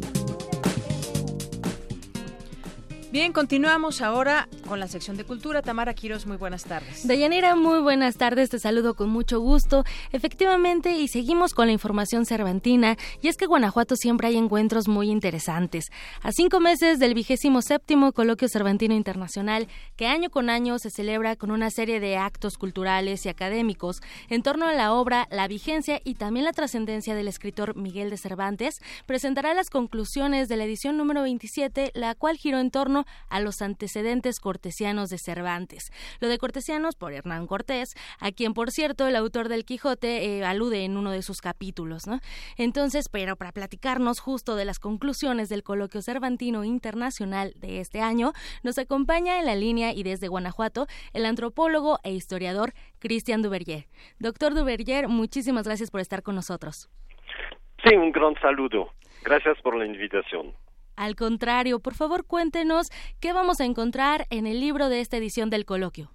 Bien, continuamos ahora con la sección de Cultura. Tamara Quirós, muy buenas tardes. Deyanira, muy buenas tardes, te saludo con mucho gusto. Efectivamente, y seguimos con la información cervantina, y es que en Guanajuato siempre hay encuentros muy interesantes. A cinco meses del vigésimo séptimo Coloquio Cervantino Internacional, que año con año se celebra con una serie de actos culturales y académicos en torno a la obra, la vigencia y también la trascendencia del escritor Miguel de Cervantes, presentará las conclusiones de la edición número veintisiete, la cual giró en torno a los antecedentes cortesianos de Cervantes. Lo de cortesianos por Hernán Cortés, a quien, por cierto, el autor del Quijote eh, alude en uno de sus capítulos, ¿no? Entonces, pero para platicarnos justo de las conclusiones del Coloquio Cervantino Internacional de este año, nos acompaña en la línea y desde Guanajuato el antropólogo e historiador Christian Duverger. Doctor Duverger, muchísimas gracias por estar con nosotros. Sí, un gran saludo. Gracias por la invitación. Al contrario, por favor cuéntenos qué vamos a encontrar en el libro de esta edición del coloquio.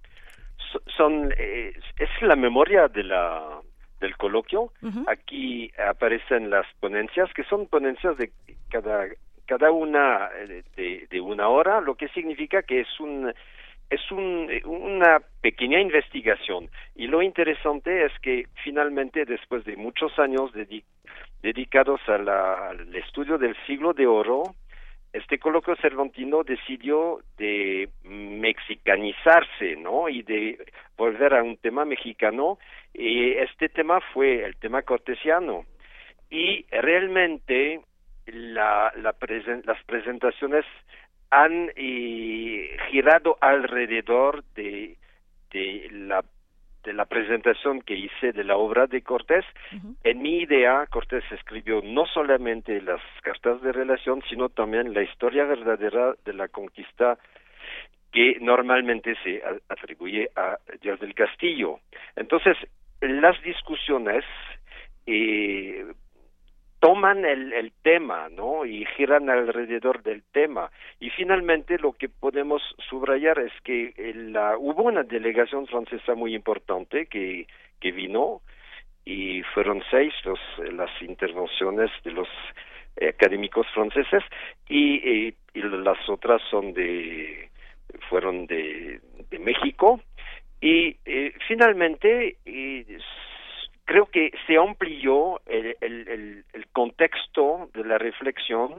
Son eh, es la memoria de la del coloquio. Uh-huh. Aquí aparecen las ponencias, que son ponencias de cada cada una de, de una hora, lo que significa que es un es un, una pequeña investigación. Y lo interesante es que finalmente, después de muchos años de dedicados a la, al estudio del siglo de oro, este coloquio cervantino decidió de mexicanizarse, ¿no? Y de volver a un tema mexicano, y este tema fue el tema cortesiano. Y realmente la, la presen- las presentaciones han eh, girado alrededor de, de la de la presentación que hice de la obra de Cortés. Uh-huh. En mi idea, Cortés escribió no solamente las cartas de relación, sino también la historia verdadera de la conquista que normalmente se atribuye a Dios del Castillo. Entonces, las discusiones eh, toman el, el tema, ¿no? Y giran alrededor del tema. Y finalmente lo que podemos subrayar es que la, hubo una delegación francesa muy importante que, que vino, y fueron seis los, las intervenciones de los eh, académicos franceses, y, eh, y las otras son de fueron de, de México. Y eh, finalmente eh, creo que se amplió el, el, el, el contexto de la reflexión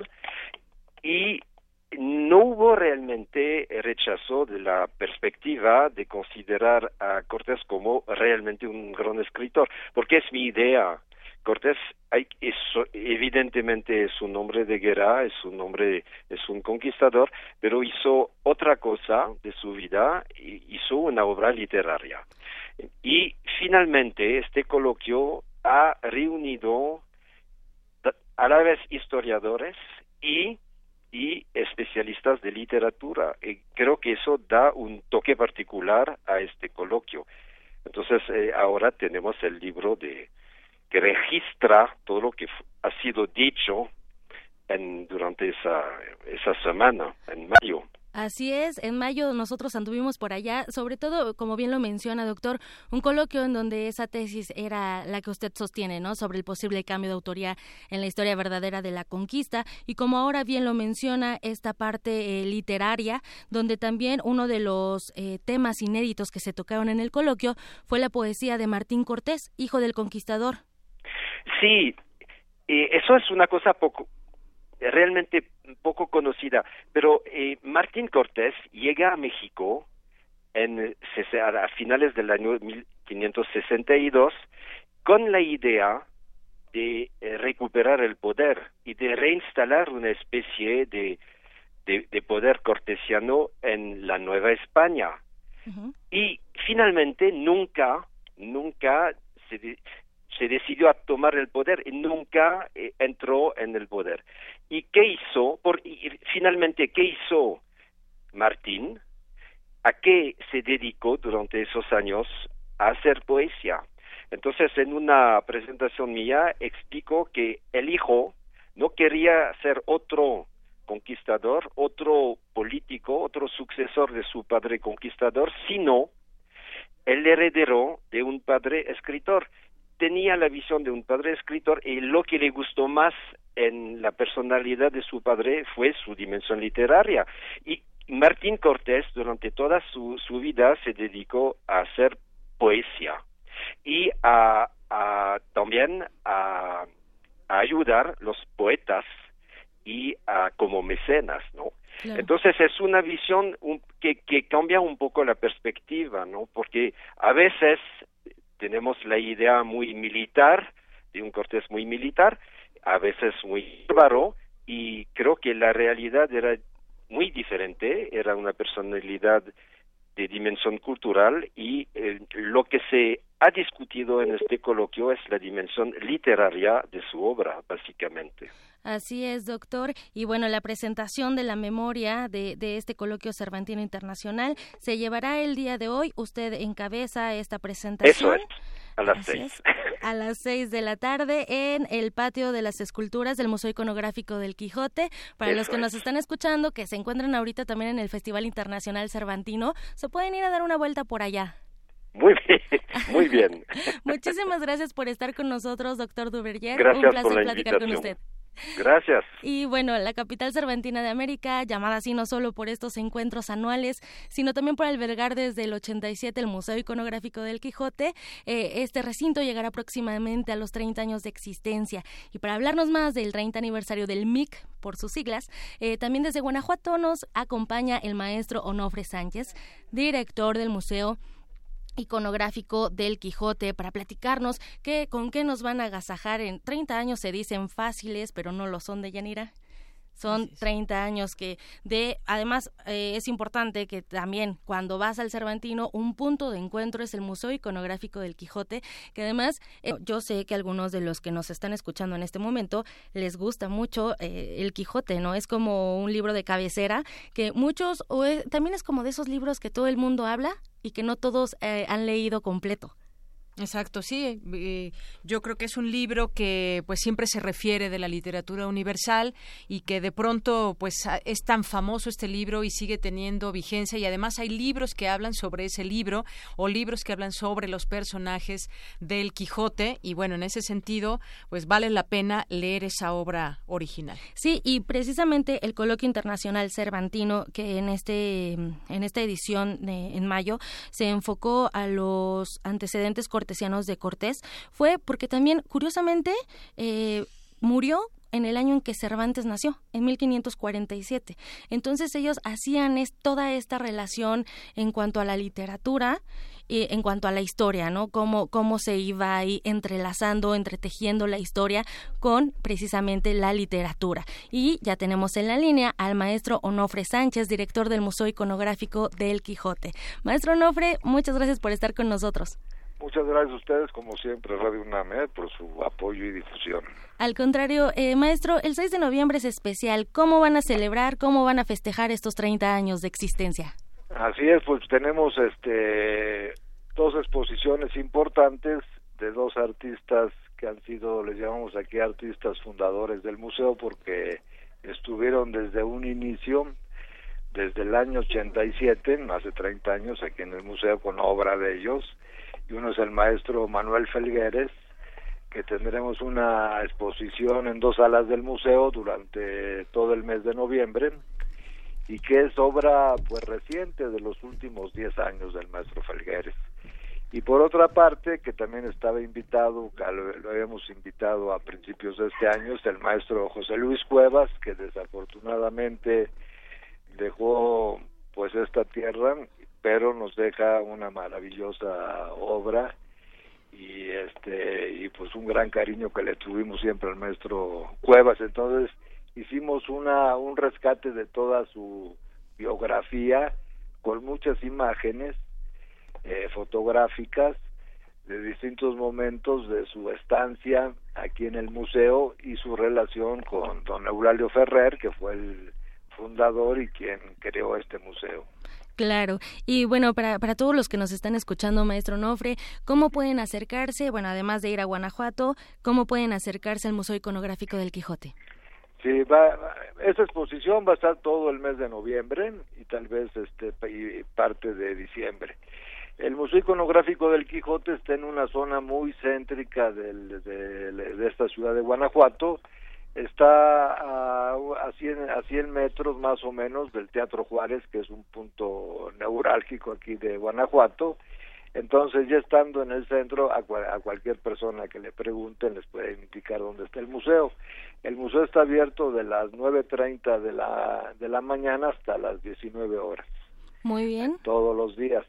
y no hubo realmente rechazo de la perspectiva de considerar a Cortés como realmente un gran escritor, porque es mi idea. Cortés hay, es, evidentemente es un hombre de guerra, es un hombre, es un conquistador, pero hizo otra cosa de su vida, hizo una obra literaria. Y finalmente este coloquio ha reunido a la vez historiadores y y especialistas de literatura. Y creo que eso da un toque particular a este coloquio. Entonces, eh, ahora tenemos el libro de que registra todo lo que ha sido dicho en, durante esa, esa semana, en mayo. Así es, en mayo nosotros anduvimos por allá, sobre todo, como bien lo menciona, doctor, un coloquio en donde esa tesis era la que usted sostiene, ¿no?, sobre el posible cambio de autoría en la historia verdadera de la conquista, y como ahora bien lo menciona, esta parte eh, literaria, donde también uno de los eh, temas inéditos que se tocaron en el coloquio fue la poesía de Martín Cortés, hijo del conquistador. Sí, eh, eso es una cosa poco realmente poco conocida, pero eh, Martín Cortés llega a México en, a finales del año mil quinientos sesenta y dos con la idea de eh, recuperar el poder y de reinstalar una especie de, de, de poder cortesiano en la Nueva España. Uh-huh. Y finalmente nunca, nunca se, de, se decidió a tomar el poder y nunca eh, entró en el poder. ¿Y qué hizo? Por, y finalmente, ¿qué hizo Martín? ¿A qué se dedicó durante esos años? A hacer poesía. Entonces, en una presentación mía, explico que el hijo no quería ser otro conquistador, otro político, otro sucesor de su padre conquistador, sino el heredero de un padre escritor. Tenía la visión de un padre escritor y lo que le gustó más en la personalidad de su padre fue su dimensión literaria. Y Martín Cortés durante toda su, su vida se dedicó a hacer poesía y a, a también a, a ayudar los poetas y a, como mecenas, ¿no? Claro. Entonces es una visión un, que, que cambia un poco la perspectiva, ¿no? Porque a veces tenemos la idea muy militar, de un Cortés muy militar, a veces muy bárbaro, y creo que la realidad era muy diferente, era una personalidad de dimensión cultural, y eh, lo que se ha discutido en este coloquio es la dimensión literaria de su obra, básicamente. Así es, doctor. Y bueno, la presentación de la memoria de, de este coloquio cervantino internacional se llevará el día de hoy. Usted encabeza esta presentación. Eso es, a las Así seis. Es, a las seis de la tarde en el patio de las esculturas del Museo Iconográfico del Quijote. Para Eso los que es. nos están escuchando, que se encuentran ahorita también en el Festival Internacional Cervantino, se pueden ir a dar una vuelta por allá. Muy bien, muy bien. Muchísimas gracias por estar con nosotros, doctor Duverger. Gracias Un placer por la platicar invitación. con usted. Gracias. Y bueno, la capital cervantina de América, llamada así no solo por estos encuentros anuales, sino también por albergar desde el ochenta y siete el Museo Iconográfico del Quijote, eh, este recinto llegará próximamente a los treinta años de existencia. Y para hablarnos más del treinta aniversario del M I C, por sus siglas, eh, también desde Guanajuato nos acompaña el maestro Onofre Sánchez, director del Museo Iconográfico del Quijote, para platicarnos qué, con qué nos van a agasajar. En treinta años se dicen fáciles, pero no lo son, de Yanira. Son treinta años que de, además eh, es importante que también cuando vas al Cervantino, un punto de encuentro es el Museo Iconográfico del Quijote, que además eh, yo sé que algunos de los que nos están escuchando en este momento les gusta mucho eh, el Quijote, ¿no? Es como un libro de cabecera que muchos, o es, también es como de esos libros que todo el mundo habla y que no todos eh, han leído completo. Exacto, sí. Eh, yo creo que es un libro que pues siempre se refiere de la literatura universal y que de pronto pues es tan famoso este libro y sigue teniendo vigencia, y además hay libros que hablan sobre ese libro o libros que hablan sobre los personajes del Quijote, y bueno, en ese sentido pues vale la pena leer esa obra original. Sí, y precisamente el Coloquio Internacional Cervantino, que en este en esta edición de, en mayo se enfocó a los antecedentes cortesianos de Cortés, fue porque también, curiosamente, eh, murió en el año en que Cervantes nació, en mil quinientos cuarenta y siete. Entonces ellos hacían es, toda esta relación en cuanto a la literatura y en cuanto a la historia, ¿no? Cómo, cómo se iba ahí entrelazando, entretejiendo la historia con precisamente la literatura. Y ya tenemos en la línea al maestro Onofre Sánchez, director del Museo Iconográfico del Quijote. Maestro Onofre, muchas gracias por estar con nosotros. Muchas gracias a ustedes, como siempre, Radio UNAM, eh, por su apoyo y difusión. Al contrario, eh, maestro, el seis de noviembre es especial. ¿Cómo van a celebrar, cómo van a festejar estos treinta años de existencia? Así es, pues tenemos este dos exposiciones importantes de dos artistas que han sido, les llamamos aquí artistas fundadores del museo, porque estuvieron desde un inicio, desde el año ochenta y siete, hace treinta años, aquí en el museo con obra de ellos. Y uno es el maestro Manuel Felgueres, que tendremos una exposición en dos salas del museo durante todo el mes de noviembre, y que es obra pues reciente de los últimos diez años del maestro Felgueres. Y por otra parte, que también estaba invitado, lo, lo habíamos invitado a principios de este año, es el maestro José Luis Cuevas, que desafortunadamente dejó pues esta tierra, pero nos deja una maravillosa obra y este y pues un gran cariño que le tuvimos siempre al maestro Cuevas. Entonces hicimos una un rescate de toda su biografía con muchas imágenes eh, fotográficas de distintos momentos de su estancia aquí en el museo y su relación con don Eulalio Ferrer, que fue el fundador y quien creó este museo. Claro, y bueno, para, para todos los que nos están escuchando, maestro Onofre, ¿cómo pueden acercarse? Bueno, además de ir a Guanajuato, ¿cómo pueden acercarse al Museo Iconográfico del Quijote? Sí, va, esta exposición va a estar todo el mes de noviembre y tal vez este y parte de diciembre. El Museo Iconográfico del Quijote está en una zona muy céntrica del, de, de esta ciudad de Guanajuato. Está a, a, cien, a cien metros más o menos del Teatro Juárez, que es un punto neurálgico aquí de Guanajuato. Entonces, ya estando en el centro, a, cual, a cualquier persona que le pregunten les puede indicar dónde está el museo. El museo está abierto de las nueve treinta de la, de la mañana hasta las diecinueve horas. Muy bien. Todos los días.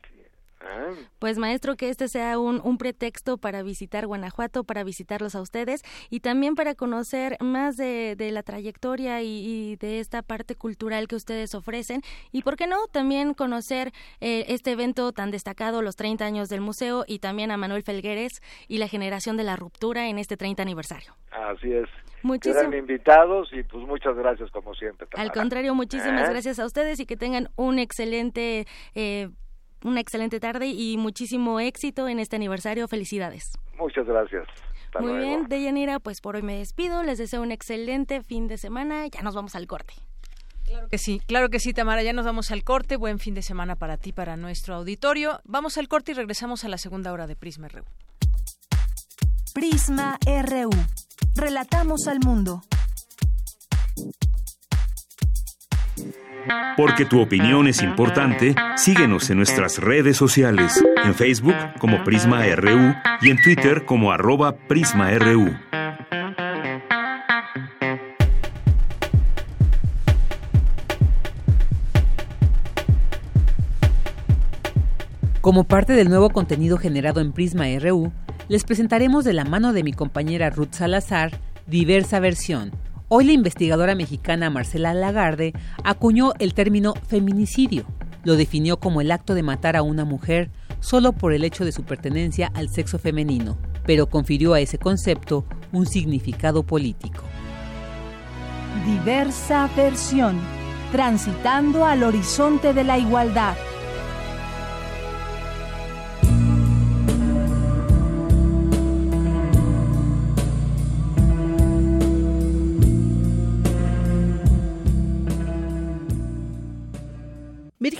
Pues maestro, que este sea un, un pretexto para visitar Guanajuato, para visitarlos a ustedes y también para conocer más de, de la trayectoria y, y de esta parte cultural que ustedes ofrecen, y por qué no, también conocer eh, este evento tan destacado, los treinta años del museo, y también a Manuel Felgueres y la generación de la ruptura en este treinta aniversario. Así es. Muchísimas Serán invitados y pues muchas gracias como siempre, Tamara. Al contrario, muchísimas ¿Eh? gracias a ustedes y que tengan un excelente eh, una excelente tarde y muchísimo éxito en este aniversario. Felicidades. Muchas gracias. Hasta Muy luego. bien, Deyanira, pues por hoy me despido. Les deseo un excelente fin de semana. Ya nos vamos al corte. Claro que sí, claro que sí, Tamara. Ya nos vamos al corte. Buen fin de semana para ti, para nuestro auditorio. Vamos al corte y regresamos a la segunda hora de Prisma R U. Prisma R U. Relatamos al mundo. Porque tu opinión es importante, síguenos en nuestras redes sociales, en Facebook como Prisma R U y en Twitter como arroba Prisma R U. Como parte del nuevo contenido generado en Prisma R U, les presentaremos de la mano de mi compañera Ruth Salazar, Diversa Versión. Hoy la investigadora mexicana Marcela Lagarde acuñó el término feminicidio. Lo definió como el acto de matar a una mujer solo por el hecho de su pertenencia al sexo femenino, pero confirió a ese concepto un significado político. Diversa Versión, transitando al horizonte de la igualdad.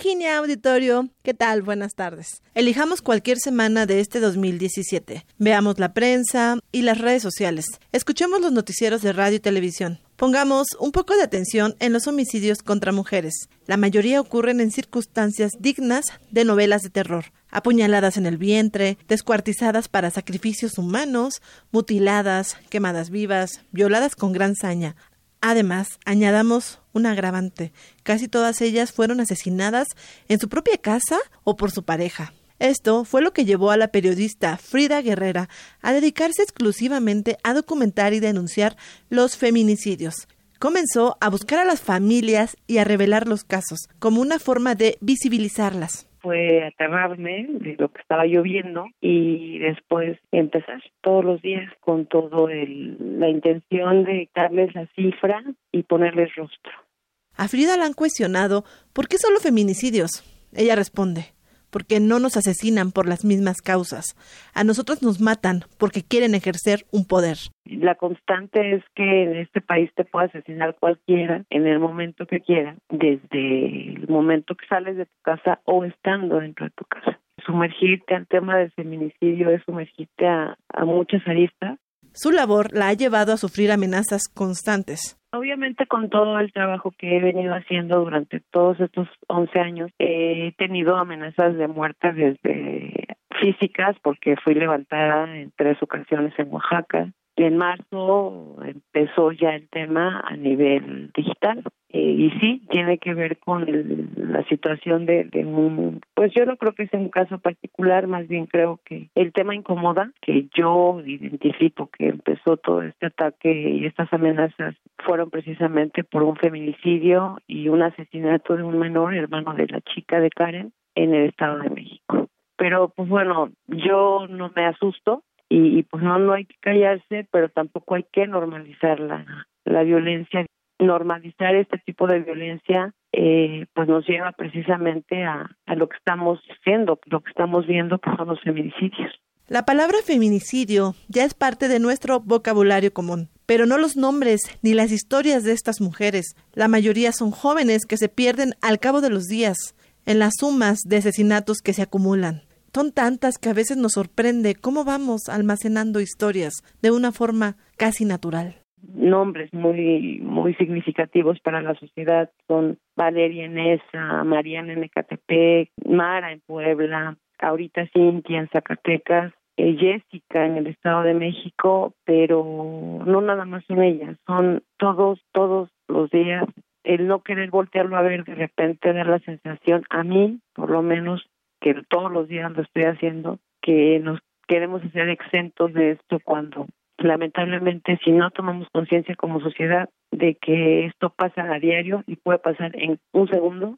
Virginia, auditorio, ¿qué tal? Buenas tardes. Elijamos cualquier semana de este dos mil diecisiete. Veamos la prensa y las redes sociales. Escuchemos los noticieros de radio y televisión. Pongamos un poco de atención en los homicidios contra mujeres. La mayoría ocurren en circunstancias dignas de novelas de terror. Apuñaladas en el vientre, descuartizadas para sacrificios humanos, mutiladas, quemadas vivas, violadas con gran saña. Además, añadamos un agravante. Casi todas ellas fueron asesinadas en su propia casa o por su pareja. Esto fue lo que llevó a la periodista Frida Guerrera a dedicarse exclusivamente a documentar y denunciar los feminicidios. Comenzó a buscar a las familias y a revelar los casos, como una forma de visibilizarlas. Fue aterrarme de lo que estaba lloviendo y después empezar todos los días con todo el, la intención de darles la cifra y ponerles rostro. A Frida la han cuestionado ¿por qué solo feminicidios? Ella responde: porque no nos asesinan por las mismas causas. A nosotros nos matan porque quieren ejercer un poder. La constante es que en este país te puede asesinar cualquiera en el momento que quiera, desde el momento que sales de tu casa o estando dentro de tu casa. Sumergirte al tema del feminicidio es sumergirte a, a muchas aristas. Su labor la ha llevado a sufrir amenazas constantes. Obviamente, con todo el trabajo que he venido haciendo durante todos estos once años, he tenido amenazas de muerte desde físicas, porque fui levantada en tres ocasiones en Oaxaca. En marzo empezó ya el tema a nivel digital. Eh, y sí, tiene que ver con el, la situación de, de un... Pues yo no creo que sea un caso particular, más bien creo que el tema incomoda, que yo identifico que empezó todo este ataque y estas amenazas fueron precisamente por un feminicidio y un asesinato de un menor, hermano de la chica de Karen, en el Estado de México. Pero pues bueno, yo no me asusto. Y, y pues no, no hay que callarse, pero tampoco hay que normalizar la, la violencia. Normalizar este tipo de violencia eh, pues nos lleva precisamente a, a lo que estamos haciendo, lo que estamos viendo que son los feminicidios. La palabra feminicidio ya es parte de nuestro vocabulario común, pero no los nombres ni las historias de estas mujeres. La mayoría son jóvenes que se pierden al cabo de los días, en las sumas de asesinatos que se acumulan. Son tantas que a veces nos sorprende cómo vamos almacenando historias de una forma casi natural. Nombres muy muy significativos para la sociedad son Valeria en Esa, Mariana en Ecatepec, Mara en Puebla, ahorita Cintia en Zacatecas, eh, Jessica en el Estado de México, pero no nada más son ellas, son todos, todos los días. El no querer voltearlo a ver de repente da la sensación, a mí por lo menos, que todos los días lo estoy haciendo, que nos queremos hacer exentos de esto cuando lamentablemente si no tomamos conciencia como sociedad de que esto pasa a diario y puede pasar en un segundo,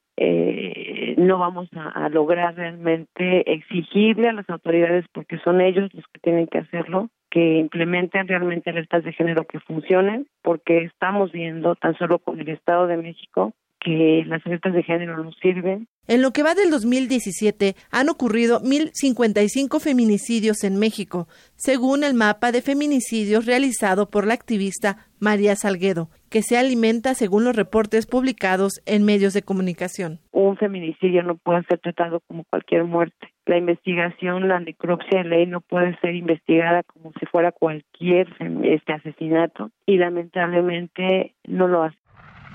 eh, no vamos a, a lograr realmente exigirle a las autoridades, porque son ellos los que tienen que hacerlo, que implementen realmente alertas de género que funcionen, porque estamos viendo tan solo con el Estado de México que las alertas de género no sirven. En lo que va del dos mil diecisiete han ocurrido mil cincuenta y cinco feminicidios en México, según el mapa de feminicidios realizado por la activista María Salguedo, que se alimenta según los reportes publicados en medios de comunicación. Un feminicidio no puede ser tratado como cualquier muerte. La investigación, la necropsia de ley no puede ser investigada como si fuera cualquier este asesinato, y lamentablemente no lo hace.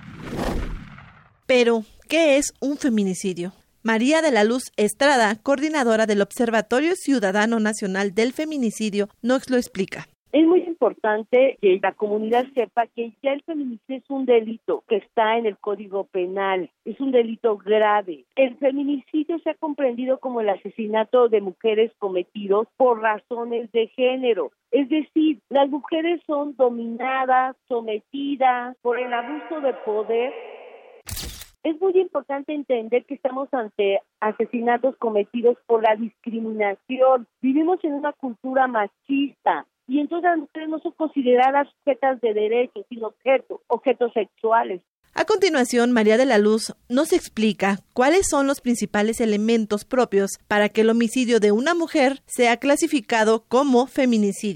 Pero, ¿qué es un feminicidio? María de la Luz Estrada, coordinadora del Observatorio Ciudadano Nacional del Feminicidio, nos lo explica. Es muy importante que la comunidad sepa que ya el feminicidio es un delito que está en el Código Penal, es un delito grave. El feminicidio se ha comprendido como el asesinato de mujeres cometidos por razones de género. Es decir, las mujeres son dominadas, sometidas por el abuso de poder. Es muy importante entender que estamos ante asesinatos cometidos por la discriminación. Vivimos en una cultura machista y entonces las mujeres no son consideradas sujetas de derechos, sino objetos, objetos sexuales. A continuación, María de la Luz nos explica cuáles son los principales elementos propios para que el homicidio de una mujer sea clasificado como feminicidio. Sí,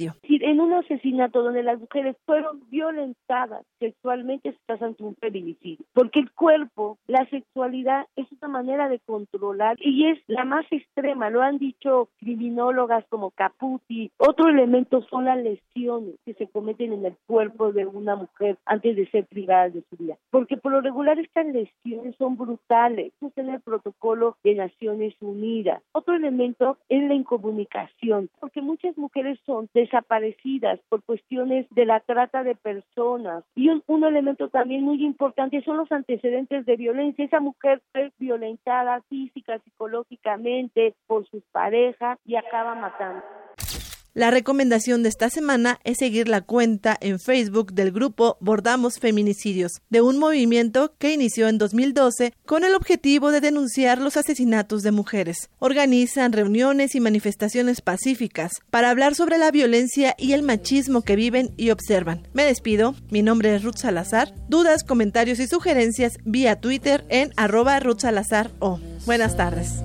en un asesinato donde las mujeres fueron violentadas sexualmente, estás ante un feminicidio, porque el cuerpo, la sexualidad es una manera de controlar y es la más extrema, lo han dicho criminólogas como Caputi. Otro elemento son las lesiones que se cometen en el cuerpo de una mujer antes de ser privada de su vida, porque por lo regular estas lesiones son brutales. Eso es en el protocolo de Naciones Unidas. Otro elemento es la incomunicación, porque muchas mujeres son desaparecidas por cuestiones de la trata de personas. Y un, un elemento también muy importante son los antecedentes de violencia. Esa mujer es violentada física, psicológicamente por sus parejas y acaba matando. La recomendación de esta semana es seguir la cuenta en Facebook del grupo Bordamos Feminicidios, de un movimiento que inició en dos mil doce con el objetivo de denunciar los asesinatos de mujeres. Organizan reuniones y manifestaciones pacíficas para hablar sobre la violencia y el machismo que viven y observan. Me despido, mi nombre es Ruth Salazar. Dudas, comentarios y sugerencias vía Twitter en arroba Ruth Salazar O. Buenas tardes.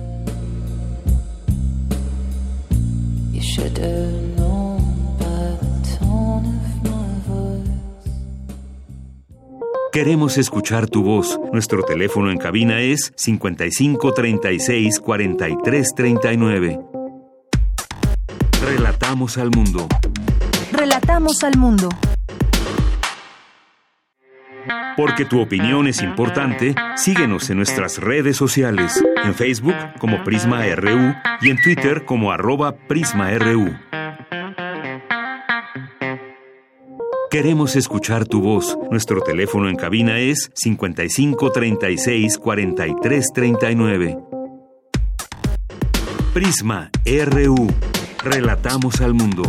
Queremos escuchar tu voz. Nuestro teléfono en cabina es cincuenta y cinco, treinta y seis, cuarenta y tres, treinta y nueve. Relatamos al mundo. Relatamos al mundo. Porque tu opinión es importante, síguenos en nuestras redes sociales, en Facebook como Prisma R U y en Twitter como arroba Prisma R U. Queremos escuchar tu voz. Nuestro teléfono en cabina es cincuenta y cinco, treinta y seis, cuarenta y tres, treinta y nueve. Prisma R U. Relatamos al mundo.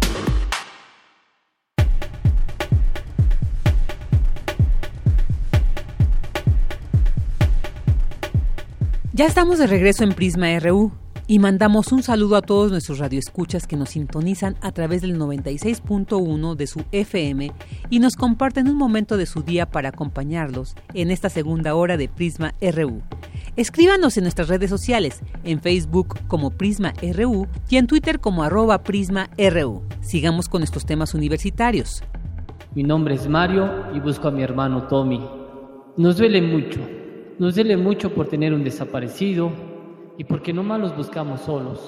Ya estamos de regreso en Prisma R U y mandamos un saludo a todos nuestros radioescuchas que nos sintonizan a través del noventa y seis punto uno de su F M y nos comparten un momento de su día para acompañarlos en esta segunda hora de Prisma R U. Escríbanos en nuestras redes sociales, en Facebook como Prisma R U y en Twitter como arroba Prisma R U. Sigamos con estos temas universitarios. Mi nombre es Mario y busco a mi hermano Tommy. Nos duele mucho. Nos duele mucho por tener un desaparecido y porque nomás los buscamos solos.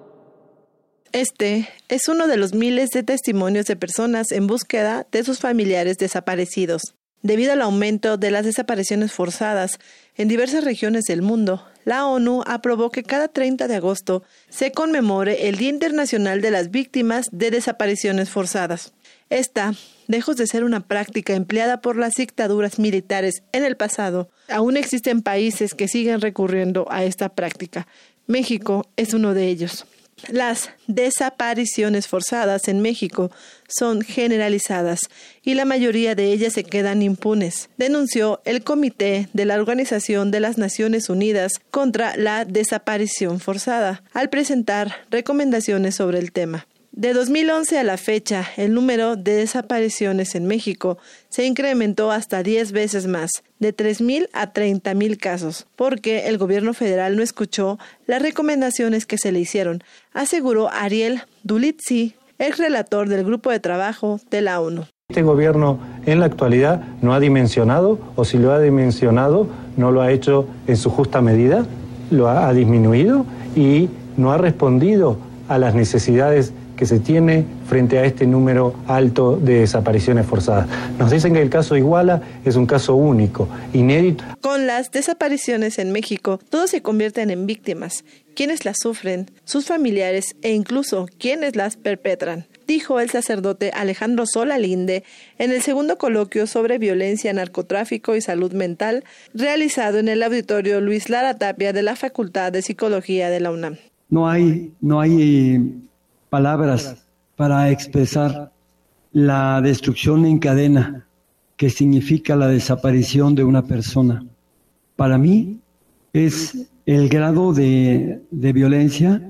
Este es uno de los miles de testimonios de personas en búsqueda de sus familiares desaparecidos. Debido al aumento de las desapariciones forzadas en diversas regiones del mundo, la ONU aprobó que cada treinta de agosto se conmemore el Día Internacional de las Víctimas de Desapariciones Forzadas. Esta, lejos de ser una práctica empleada por las dictaduras militares en el pasado, aún existen países que siguen recurriendo a esta práctica. México es uno de ellos. Las desapariciones forzadas en México son generalizadas y la mayoría de ellas se quedan impunes, denunció el Comité de la Organización de las Naciones Unidas contra la Desaparición Forzada, al presentar recomendaciones sobre el tema. De dos mil once a la fecha, el número de desapariciones en México se incrementó hasta diez veces más, de tres mil a treinta mil casos, porque el gobierno federal no escuchó las recomendaciones que se le hicieron, aseguró Ariel Dulitzi, ex relator del Grupo de Trabajo de la ONU. Este gobierno en la actualidad no ha dimensionado, o si lo ha dimensionado, no lo ha hecho en su justa medida, lo ha, ha disminuido y no ha respondido a las necesidades que se tiene frente a este número alto de desapariciones forzadas. Nos dicen que el caso de Iguala es un caso único, inédito. Con las desapariciones en México, todos se convierten en víctimas, quienes las sufren, sus familiares e incluso quienes las perpetran, dijo el sacerdote Alejandro Sola Linde en el segundo coloquio sobre violencia, narcotráfico y salud mental, realizado en el auditorio Luis Lara Tapia de la Facultad de Psicología de la UNAM. No hay, no hay palabras para expresar la destrucción en cadena que significa la desaparición de una persona. Para mí es el grado de, de violencia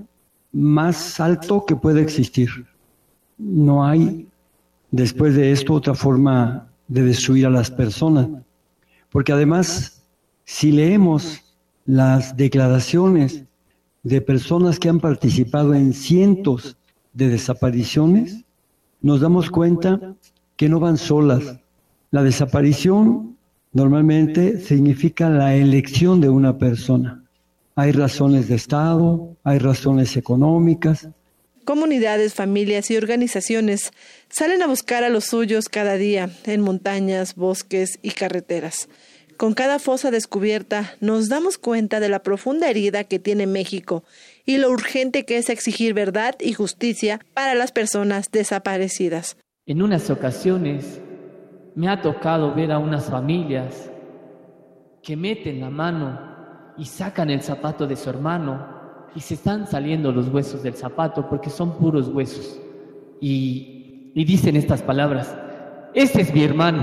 más alto que puede existir. No hay después de esto otra forma de destruir a las personas, porque además si leemos las declaraciones de personas que han participado en cientos de desapariciones, nos damos cuenta que no van solas. La desaparición normalmente significa la elección de una persona. Hay razones de Estado, hay razones económicas. Comunidades, familias y organizaciones salen a buscar a los suyos cada día en montañas, bosques y carreteras. Con cada fosa descubierta nos damos cuenta de la profunda herida que tiene México y lo urgente que es exigir verdad y justicia para las personas desaparecidas. En unas ocasiones me ha tocado ver a unas familias que meten la mano y sacan el zapato de su hermano y se están saliendo los huesos del zapato porque son puros huesos. Y, y dicen estas palabras: este es mi hermano.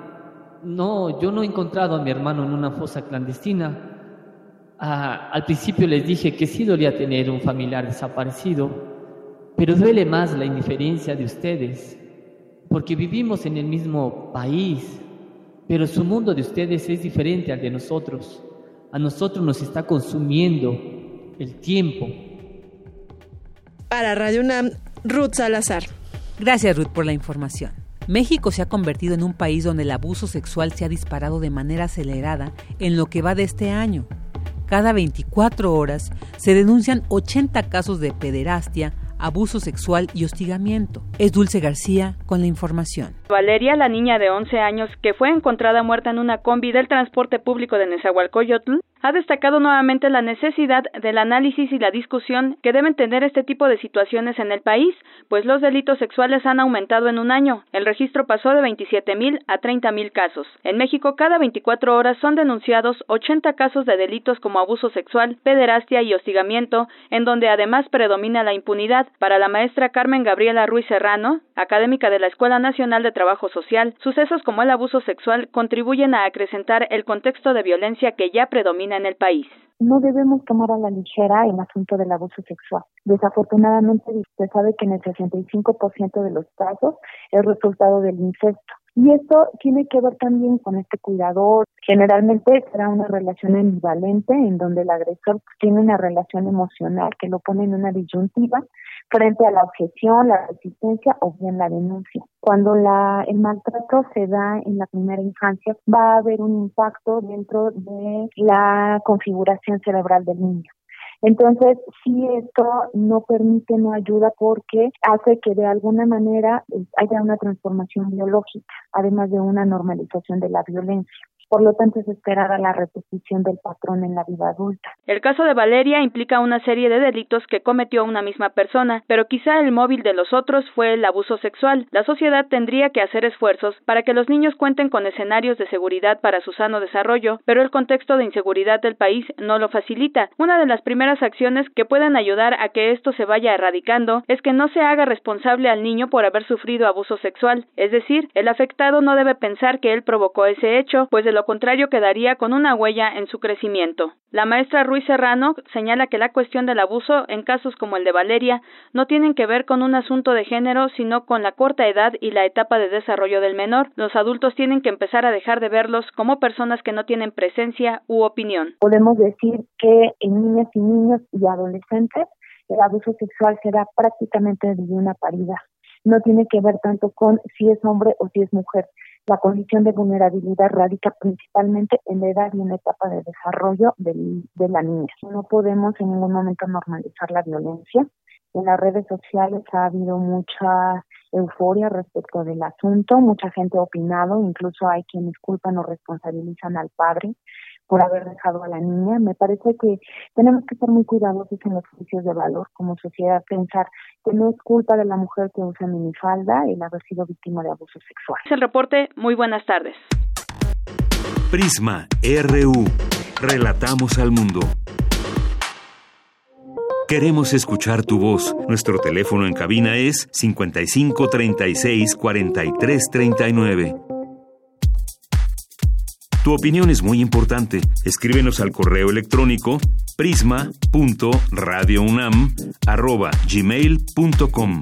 No, yo no he encontrado a mi hermano en una fosa clandestina. Ah, al principio les dije que sí dolía tener un familiar desaparecido, pero duele más la indiferencia de ustedes, porque vivimos en el mismo país, pero su mundo de ustedes es diferente al de nosotros. A nosotros nos está consumiendo el tiempo. Para Radio UNAM, Ruth Salazar. Gracias, Ruth, por la información. México se ha convertido en un país donde el abuso sexual se ha disparado de manera acelerada en lo que va de este año. Cada veinticuatro horas se denuncian ochenta casos de pederastia, abuso sexual y hostigamiento. Es Dulce García con la información. Valeria, la niña de once años que fue encontrada muerta en una combi del transporte público de Nezahualcóyotl, ha destacado nuevamente la necesidad del análisis y la discusión que deben tener este tipo de situaciones en el país, pues los delitos sexuales han aumentado en un año. El registro pasó de veintisiete mil a treinta mil casos. En México, cada veinticuatro horas son denunciados ochenta casos de delitos como abuso sexual, pederastia y hostigamiento, en donde además predomina la impunidad. Para la maestra Carmen Gabriela Ruiz Serrano, académica de la Escuela Nacional de Trabajo Social, sucesos como el abuso sexual contribuyen a acrecentar el contexto de violencia que ya predomina en el país. No debemos tomar a la ligera el asunto del abuso sexual. Desafortunadamente, se sabe que en el sesenta y cinco por ciento de los casos es resultado del incesto. Y esto tiene que ver también con este cuidador. Generalmente será una relación ambivalente en donde el agresor tiene una relación emocional que lo pone en una disyuntiva frente a la objeción, la resistencia o bien la denuncia. Cuando la, el maltrato se da en la primera infancia, va a haber un impacto dentro de la configuración cerebral del niño. Entonces, sí, esto no permite, no ayuda porque hace que de alguna manera haya una transformación biológica, además de una normalización de la violencia. Por lo tanto, es esperada la repetición del patrón en la vida adulta. El caso de Valeria implica una serie de delitos que cometió una misma persona, pero quizá el móvil de los otros fue el abuso sexual. La sociedad tendría que hacer esfuerzos para que los niños cuenten con escenarios de seguridad para su sano desarrollo, pero el contexto de inseguridad del país no lo facilita. Una de las primeras acciones que pueden ayudar a que esto se vaya erradicando es que no se haga responsable al niño por haber sufrido abuso sexual. Es decir, el afectado no debe pensar que él provocó ese hecho, pues de lo contrario quedaría con una huella en su crecimiento. La maestra Ruiz Serrano señala que la cuestión del abuso en casos como el de Valeria no tienen que ver con un asunto de género, sino con la corta edad y la etapa de desarrollo del menor. Los adultos tienen que empezar a dejar de verlos como personas que no tienen presencia u opinión. Podemos decir que en niñas y niños y adolescentes el abuso sexual será prácticamente de una paridad. No tiene que ver tanto con si es hombre o si es mujer. La condición de vulnerabilidad radica principalmente en la edad y en la etapa de desarrollo del, de la niña. No podemos en ningún momento normalizar la violencia. En las redes sociales ha habido mucha euforia respecto del asunto, mucha gente ha opinado, incluso hay quienes culpan o responsabilizan al padre por haber dejado a la niña. Me parece que tenemos que ser muy cuidadosos en los juicios de valor como sociedad, pensar que no es culpa de la mujer que usa minifalda el haber sido víctima de abuso sexual. Es el reporte. Muy buenas tardes. Prisma R U. Relatamos al mundo. Queremos escuchar tu voz. Nuestro teléfono en cabina es cincuenta y cinco treinta y seis cuarenta y tres treinta y nueve. Tu opinión es muy importante. Escríbenos al correo electrónico prisma punto radio unam arroba gmail punto com.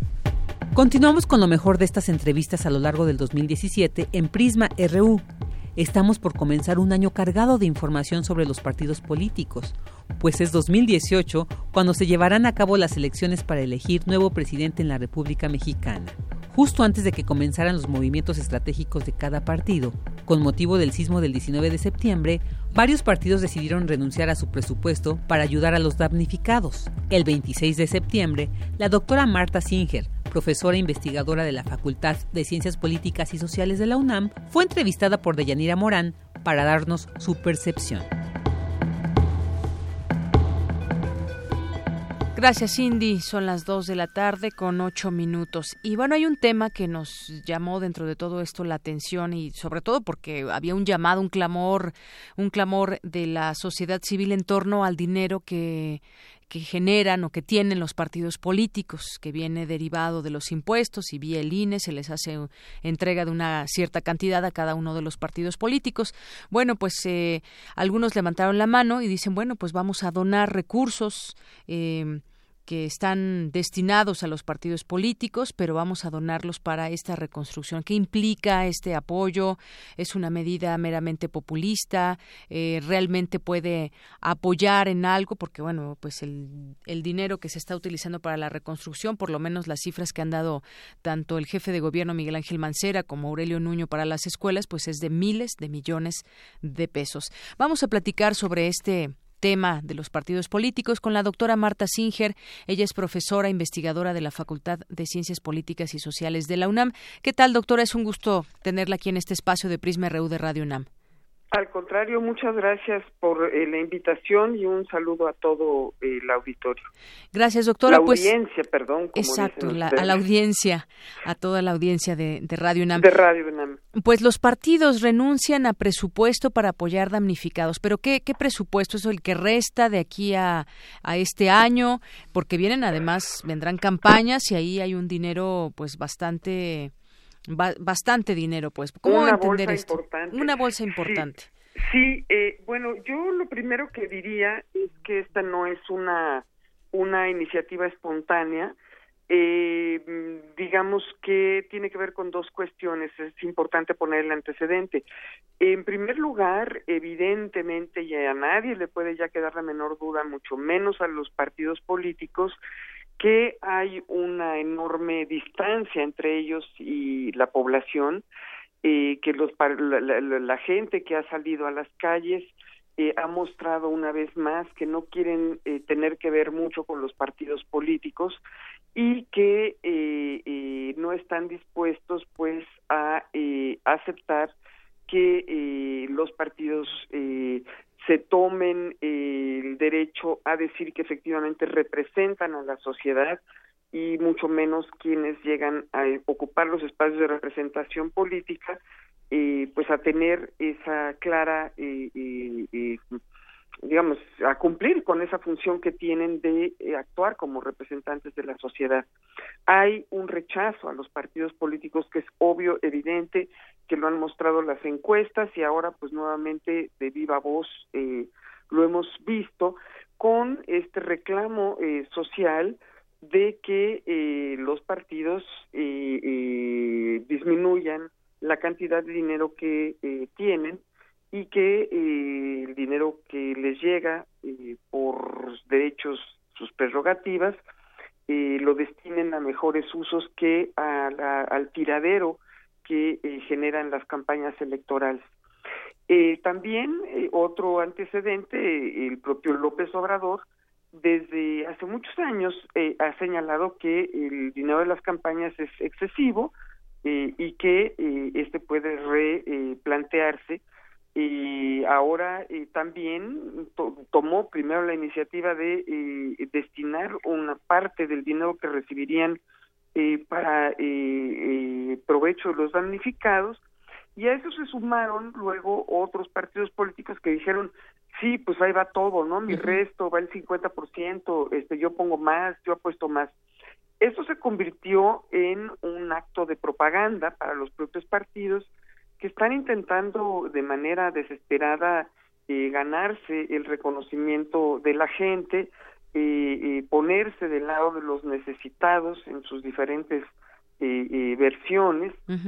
Continuamos con lo mejor de estas entrevistas a lo largo del dos mil diecisiete en Prisma R U. Estamos por comenzar un año cargado de información sobre los partidos políticos, pues es dos mil dieciocho cuando se llevarán a cabo las elecciones para elegir nuevo presidente en la República Mexicana. Justo antes de que comenzaran los movimientos estratégicos de cada partido, con motivo del sismo del diecinueve de septiembre, varios partidos decidieron renunciar a su presupuesto para ayudar a los damnificados. El veintiséis de septiembre, la doctora Marta Singer, profesora investigadora de la Facultad de Ciencias Políticas y Sociales de la UNAM, fue entrevistada por Deyanira Morán para darnos su percepción. Gracias, Cindy. Son las dos de la tarde con ocho minutos. Y bueno, hay un tema que nos llamó dentro de todo esto la atención y sobre todo porque había un llamado, un clamor, un clamor de la sociedad civil en torno al dinero que que generan o que tienen los partidos políticos, que viene derivado de los impuestos y vía el I N E se les hace entrega de una cierta cantidad a cada uno de los partidos políticos. Bueno, pues eh, algunos levantaron la mano y dicen, bueno, pues vamos a donar recursos eh, que están destinados a los partidos políticos, pero vamos a donarlos para esta reconstrucción. ¿Qué implica este apoyo? ¿Es una medida meramente populista? Eh, ¿Realmente puede apoyar en algo? Porque, bueno, pues el, el dinero que se está utilizando para la reconstrucción, por lo menos las cifras que han dado tanto el jefe de gobierno Miguel Ángel Mancera como Aurelio Nuño para las escuelas, pues es de miles de millones de pesos. Vamos a platicar sobre este tema de los partidos políticos con la doctora Marta Singer. Ella es profesora investigadora de la Facultad de Ciencias Políticas y Sociales de la UNAM. ¿Qué tal, doctora? Es un gusto tenerla aquí en este espacio de Prisma R U de Radio UNAM. Al contrario, muchas gracias por eh, la invitación y un saludo a todo eh, el auditorio. Gracias, doctora. La pues, audiencia, perdón. Como exacto, dicen la, ustedes. a la audiencia, a toda la audiencia de, de Radio UNAM. De Radio UNAM. Pues los partidos renuncian a presupuesto para apoyar damnificados, pero ¿qué, qué presupuesto es el que resta de aquí a, a este año? Porque vienen además, vendrán campañas y ahí hay un dinero pues bastante... Ba- bastante dinero, pues. ¿Cómo Una entender bolsa esto? importante. Una bolsa importante. Sí, sí eh, bueno, yo lo primero que diría es que esta no es una, una iniciativa espontánea. Eh, digamos que tiene que ver con dos cuestiones. Es importante poner el antecedente. En primer lugar, evidentemente, y a nadie le puede ya quedar la menor duda, mucho menos a los partidos políticos, que hay una enorme distancia entre ellos y la población, eh, que los la, la, la gente que ha salido a las calles eh, ha mostrado una vez más que no quieren eh, tener que ver mucho con los partidos políticos y que eh, eh, no están dispuestos pues a eh, aceptar que eh, los partidos eh, se tomen eh, el derecho a decir que efectivamente representan a la sociedad y mucho menos quienes llegan a ocupar los espacios de representación política, eh, pues a tener esa clara, eh, eh, eh, digamos, a cumplir con esa función que tienen de eh, actuar como representantes de la sociedad. Hay un rechazo a los partidos políticos que es obvio, evidente, que lo han mostrado las encuestas y ahora pues nuevamente de viva voz eh, lo hemos visto con este reclamo eh, social de que eh, los partidos eh, eh, disminuyan la cantidad de dinero que eh, tienen y que eh, el dinero que les llega eh, por derechos, sus prerrogativas, eh, lo destinen a mejores usos que a la, al tiradero que eh, generan las campañas electorales. Eh, también eh, otro antecedente, eh, el propio López Obrador, desde hace muchos años eh, ha señalado que el dinero de las campañas es excesivo eh, y que eh, este puede replantearse. Y ahora eh, también to- tomó primero la iniciativa de eh, destinar una parte del dinero que recibirían eh, para eh, eh, provecho de los damnificados, y a eso se sumaron luego otros partidos políticos que dijeron, sí, pues ahí va todo, ¿no? Mi uh-huh. resto va el cincuenta por ciento, este, yo pongo más, yo apuesto más. Eso se convirtió en un acto de propaganda para los propios partidos que están intentando de manera desesperada eh, ganarse el reconocimiento de la gente, eh, eh, ponerse del lado de los necesitados en sus diferentes eh, eh, versiones, uh-huh.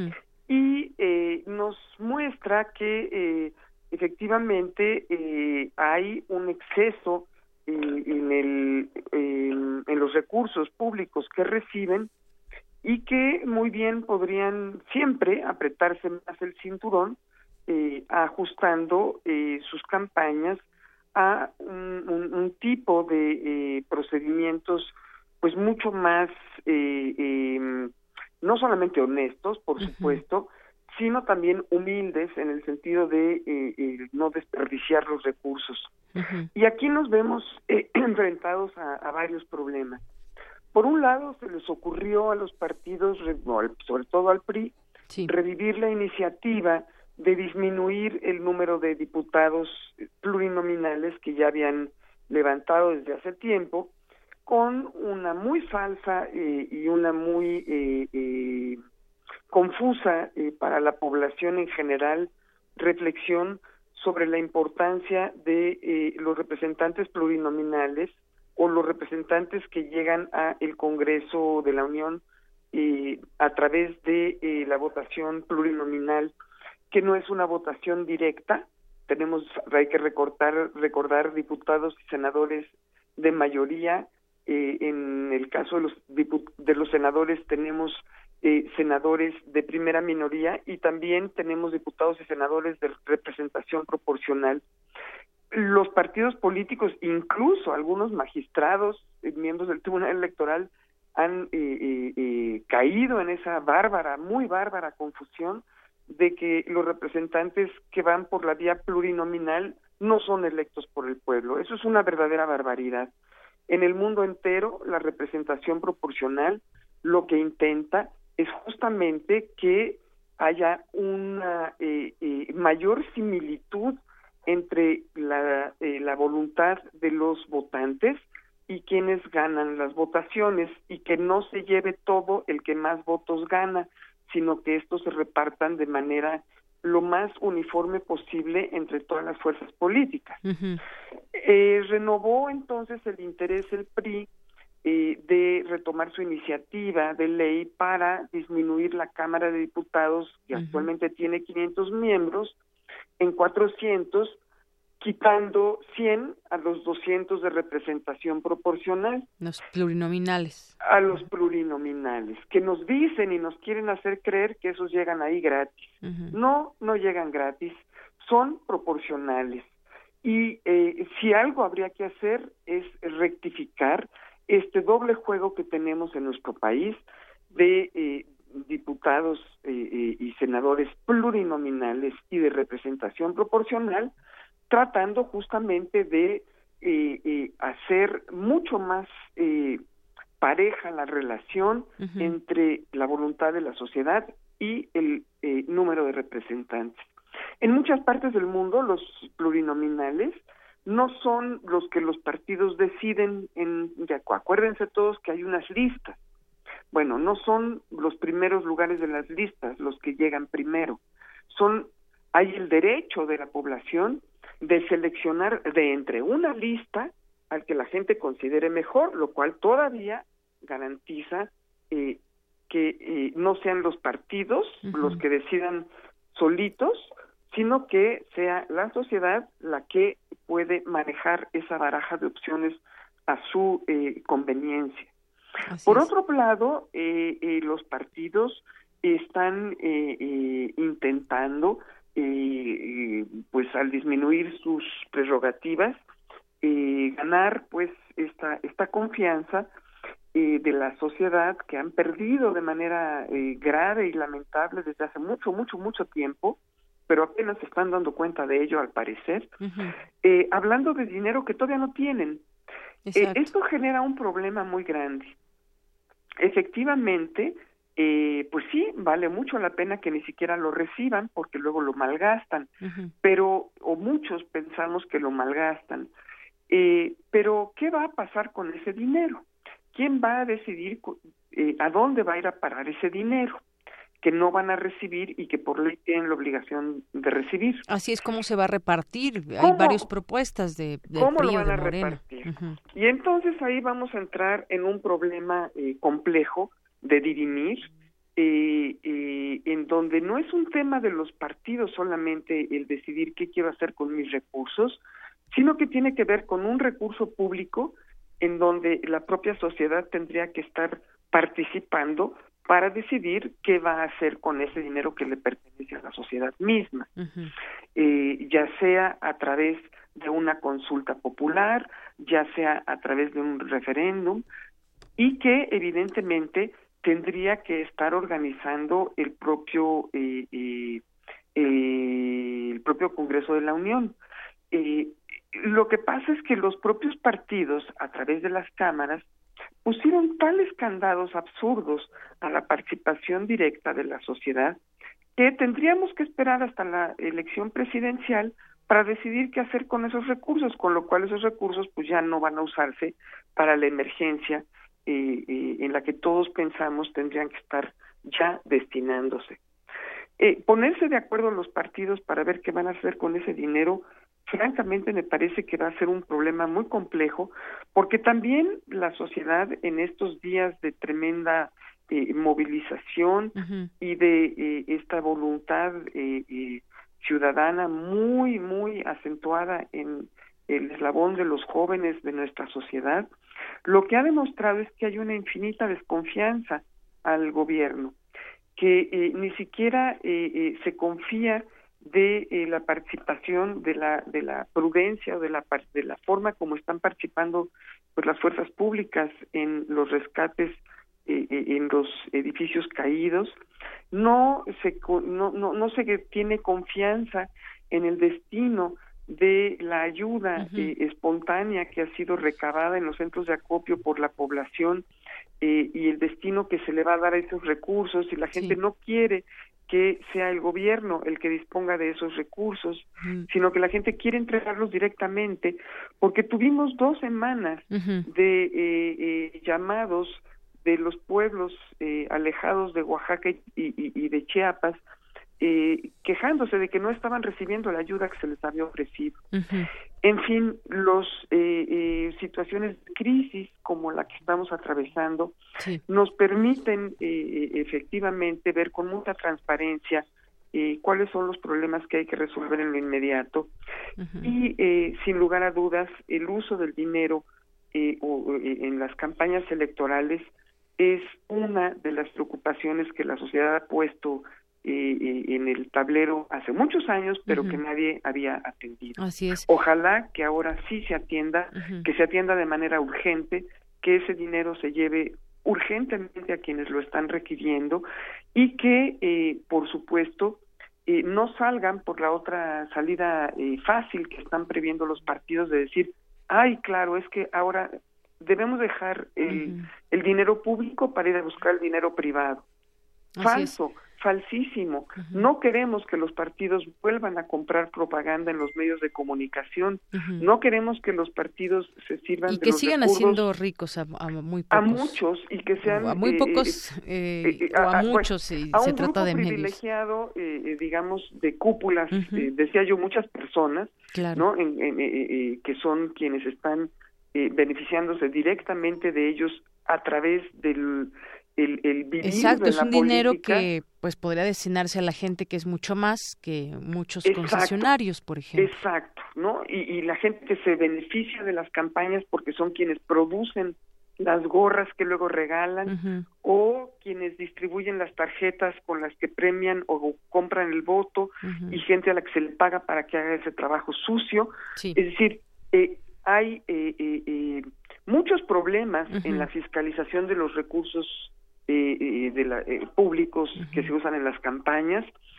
y eh, nos muestra que eh, efectivamente eh, hay un exceso eh, en, el, eh, en los recursos públicos que reciben y que muy bien podrían siempre apretarse más el cinturón eh, ajustando eh, sus campañas a un, un, un tipo de eh, procedimientos pues mucho más eh, eh, no solamente honestos, por uh-huh. supuesto, sino también humildes en el sentido de eh, eh, no desperdiciar los recursos. Uh-huh. Y aquí nos vemos eh, enfrentados a, a varios problemas. Por un lado, se les ocurrió a los partidos, sobre todo al P R I, sí. revivir la iniciativa de disminuir el número de diputados plurinominales que ya habían levantado desde hace tiempo, con una muy falsa eh, y una muy eh, eh, confusa eh, para la población en general reflexión sobre la importancia de eh, los representantes plurinominales o los representantes que llegan a el Congreso de la Unión eh, a través de eh, la votación plurinominal, que no es una votación directa. Tenemos, hay que recortar, recordar diputados y senadores de mayoría. Eh, en el caso de los diput- de los senadores tenemos eh, senadores de primera minoría y también tenemos diputados y senadores de representación proporcional. Los partidos políticos, incluso algunos magistrados, eh, miembros del Tribunal Electoral, han eh, eh, eh, caído en esa bárbara, muy bárbara confusión de que los representantes que van por la vía plurinominal no son electos por el pueblo. Eso es una verdadera barbaridad. En el mundo entero, la representación proporcional lo que intenta es justamente que haya una eh, eh, mayor similitud entre la, eh, la voluntad de los votantes y quienes ganan las votaciones, y que no se lleve todo el que más votos gana, sino que estos se repartan de manera lo más uniforme posible entre todas las fuerzas políticas. Uh-huh. Eh, renovó entonces el interés el P R I eh, de retomar su iniciativa de ley para disminuir la Cámara de Diputados, que uh-huh. actualmente tiene quinientos miembros, en cuatrocientos, quitando cien a los doscientos de representación proporcional. Los plurinominales. A los plurinominales, que nos dicen y nos quieren hacer creer que esos llegan ahí gratis. Uh-huh. No, no llegan gratis, son proporcionales. Y eh, si algo habría que hacer es rectificar este doble juego que tenemos en nuestro país de eh, diputados eh, eh, y senadores plurinominales y de representación proporcional, tratando justamente de eh, eh, hacer mucho más eh, pareja la relación uh-huh. entre la voluntad de la sociedad y el eh, número de representantes. En muchas partes del mundo, los plurinominales no son los que los partidos deciden. En, ya, acuérdense todos que hay unas listas. Bueno, no son los primeros lugares de las listas los que llegan primero. Son, hay el derecho de la población de seleccionar de entre una lista al que la gente considere mejor, lo cual todavía garantiza eh, que eh, no sean los partidos uh-huh. los que decidan solitos, sino que sea la sociedad la que puede manejar esa baraja de opciones a su eh, conveniencia. Así Por es. otro lado, eh, eh, los partidos están eh, eh, intentando, eh, pues al disminuir sus prerrogativas, eh, ganar pues esta esta confianza eh, de la sociedad, que han perdido de manera eh, grave y lamentable desde hace mucho, mucho, mucho tiempo, pero apenas se están dando cuenta de ello al parecer, uh-huh. eh, hablando de dinero que todavía no tienen. Eh, esto genera un problema muy grande. Efectivamente, eh, pues sí, vale mucho la pena que ni siquiera lo reciban, porque luego lo malgastan, uh-huh. pero, o muchos pensamos que lo malgastan. Eh, pero, ¿qué va a pasar con ese dinero? ¿Quién va a decidir eh, a dónde va a ir a parar ese dinero que no van a recibir y que por ley tienen la obligación de recibir? Así es como se va a repartir. Hay varias propuestas de, de ¿Cómo P R I lo van de a Morena. repartir? Uh-huh. Y entonces ahí vamos a entrar en un problema eh, complejo de dirimir eh, eh, en donde no es un tema de los partidos solamente el decidir qué quiero hacer con mis recursos, sino que tiene que ver con un recurso público en donde la propia sociedad tendría que estar participando para decidir qué va a hacer con ese dinero que le pertenece a la sociedad misma, uh-huh. eh, ya sea a través de una consulta popular, ya sea a través de un referéndum, y que evidentemente tendría que estar organizando el propio eh, eh, eh, el propio Congreso de la Unión. Eh, lo que pasa es que los propios partidos, a través de las cámaras, pusieron tales candados absurdos a la participación directa de la sociedad que tendríamos que esperar hasta la elección presidencial para decidir qué hacer con esos recursos, con lo cual esos recursos pues ya no van a usarse para la emergencia eh, eh, en la que todos pensamos tendrían que estar ya destinándose. Eh, ponerse de acuerdo los partidos para ver qué van a hacer con ese dinero, francamente me parece que va a ser un problema muy complejo, porque también la sociedad en estos días de tremenda eh, movilización uh-huh. y de eh, esta voluntad eh, eh, ciudadana muy, muy acentuada en el eslabón de los jóvenes de nuestra sociedad, lo que ha demostrado es que hay una infinita desconfianza al gobierno, que eh, ni siquiera eh, eh, se confía de eh, la participación, de la de la prudencia o de la de la forma como están participando pues las fuerzas públicas en los rescates eh, en los edificios caídos. No se no no no se tiene confianza en el destino de la ayuda uh-huh. eh, espontánea que ha sido recabada en los centros de acopio por la población eh, y el destino que se le va a dar a esos recursos, y la gente sí. no quiere que sea el gobierno el que disponga de esos recursos, uh-huh. sino que la gente quiere entregarlos directamente, porque tuvimos dos semanas uh-huh. de eh, eh, llamados de los pueblos eh, alejados de Oaxaca y, y, y de Chiapas, eh, quejándose de que no estaban recibiendo la ayuda que se les había ofrecido. Uh-huh. En fin, los eh, eh, situaciones de crisis como la que estamos atravesando sí. nos permiten eh, efectivamente ver con mucha transparencia eh, cuáles son los problemas que hay que resolver en lo inmediato uh-huh. y eh, sin lugar a dudas el uso del dinero eh, o, eh, en las campañas electorales es una de las preocupaciones que la sociedad ha puesto Eh, en el tablero hace muchos años, pero uh-huh. que nadie había atendido. Así es. Ojalá que ahora sí se atienda, uh-huh. que se atienda de manera urgente, que ese dinero se lleve urgentemente a quienes lo están requiriendo y que, eh, por supuesto, eh, no salgan por la otra salida eh, fácil que están previendo los partidos de decir, ay, claro, es que ahora debemos dejar el, uh-huh. el dinero público para ir a buscar el dinero privado. Así Falso. Es. Falsísimo. Uh-huh. No queremos que los partidos vuelvan a comprar propaganda en los medios de comunicación. Uh-huh. No queremos que los partidos se sirvan y de que los sigan haciendo ricos a, a muy pocos. A muchos y que sean a muy eh, pocos eh, eh, o a, a muchos pues, si a se un trata grupo de medios. privilegiado, eh, digamos, de cúpulas, uh-huh. eh, decía yo, muchas personas, claro. ¿no? En, en, eh, eh, que son quienes están eh, beneficiándose directamente de ellos a través del el, el vivir Exacto, de es la un política. Dinero que pues podría destinarse a la gente que es mucho más que muchos Exacto, concesionarios, por ejemplo. Exacto, ¿no? Y, y la gente que se beneficia de las campañas porque son quienes producen las gorras que luego regalan uh-huh. o quienes distribuyen las tarjetas con las que premian o compran el voto uh-huh. y gente a la que se le paga para que haga ese trabajo sucio. Sí. Es decir, eh, hay eh, eh, eh, muchos problemas uh-huh. en la fiscalización de los recursos Eh, eh, de la, eh, públicos uh-huh. que se usan en las campañas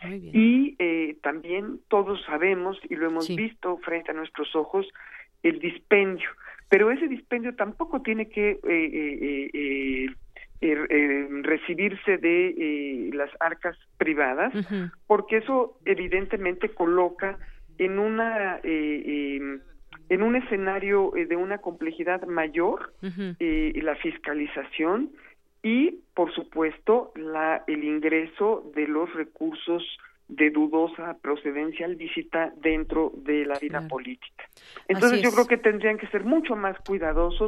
y eh, también todos sabemos y lo hemos sí. visto frente a nuestros ojos el dispendio, pero ese dispendio tampoco tiene que eh, eh, eh, eh, eh, recibirse de eh, las arcas privadas uh-huh. porque eso evidentemente coloca en una eh, eh, en un escenario eh, de una complejidad mayor uh-huh. eh, la fiscalización y, por supuesto, la, el ingreso de los recursos de dudosa procedencia lícita dentro de la vida claro. política. Entonces yo creo que tendrían que ser mucho más cuidadosos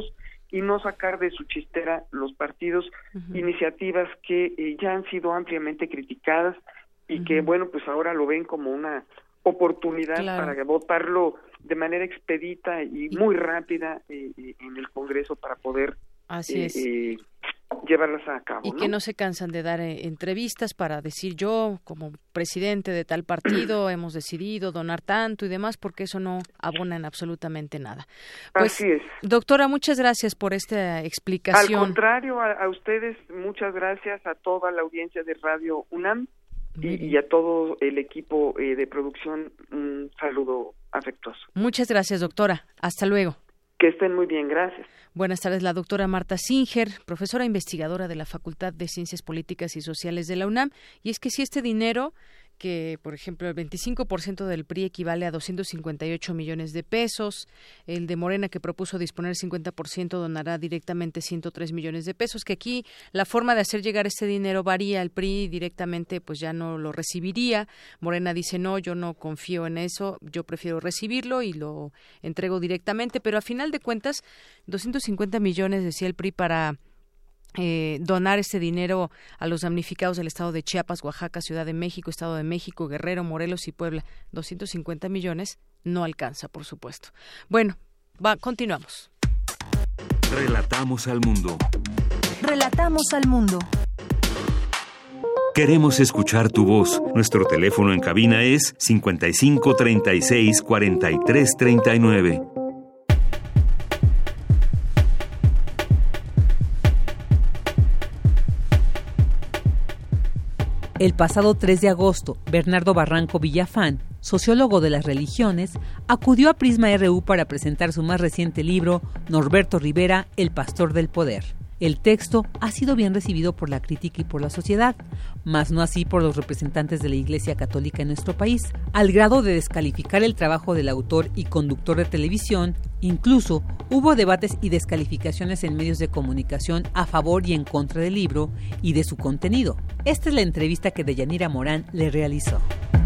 y no sacar de su chistera los partidos uh-huh. iniciativas que eh, ya han sido ampliamente criticadas y uh-huh. que, bueno, pues ahora lo ven como una oportunidad claro. para votarlo de manera expedita y muy rápida eh, en el Congreso para poder Así eh, es. eh, llevarlas a cabo. Y ¿no? que no se cansan de dar eh, entrevistas para decir yo, como presidente de tal partido, hemos decidido donar tanto y demás, porque eso no abona en absolutamente nada. Pues, Así es. Doctora, muchas gracias por esta explicación. Al contrario, a, a ustedes, muchas gracias, a toda la audiencia de Radio UNAM y, y a todo el equipo eh, de producción, un saludo afectuoso. Muchas gracias, doctora. Hasta luego. Que estén muy bien, gracias. Buenas tardes, la doctora Marta Singer, profesora investigadora de la Facultad de Ciencias Políticas y Sociales de la UNAM. Y es que si este dinero, que por ejemplo el veinticinco por ciento del P R I equivale a doscientos cincuenta y ocho millones de pesos, el de Morena, que propuso disponer cincuenta por ciento, donará directamente ciento tres millones de pesos, que aquí la forma de hacer llegar este dinero varía. El P R I directamente pues ya no lo recibiría. Morena dice no, yo no confío en eso, yo prefiero recibirlo y lo entrego directamente, pero a final de cuentas doscientos cincuenta millones, decía el P R I, para Eh, donar este dinero a los damnificados del estado de Chiapas, Oaxaca, Ciudad de México, Estado de México, Guerrero, Morelos y Puebla. doscientos cincuenta millones no alcanza, por supuesto. Bueno, va, continuamos. Relatamos al mundo. Relatamos al mundo. Queremos escuchar tu voz. Nuestro teléfono en cabina es cincuenta y cinco, treinta y seis, cuarenta y tres, treinta y nueve. El pasado tres de agosto, Bernardo Barranco Villafán, sociólogo de las religiones, acudió a Prisma R U para presentar su más reciente libro, Norberto Rivera, El Pastor del Poder. El texto ha sido bien recibido por la crítica y por la sociedad, mas no así por los representantes de la Iglesia Católica en nuestro país, al grado de descalificar el trabajo del autor y conductor de televisión. Incluso hubo debates y descalificaciones en medios de comunicación a favor y en contra del libro y de su contenido. Esta es la entrevista que Deyanira Morán le realizó.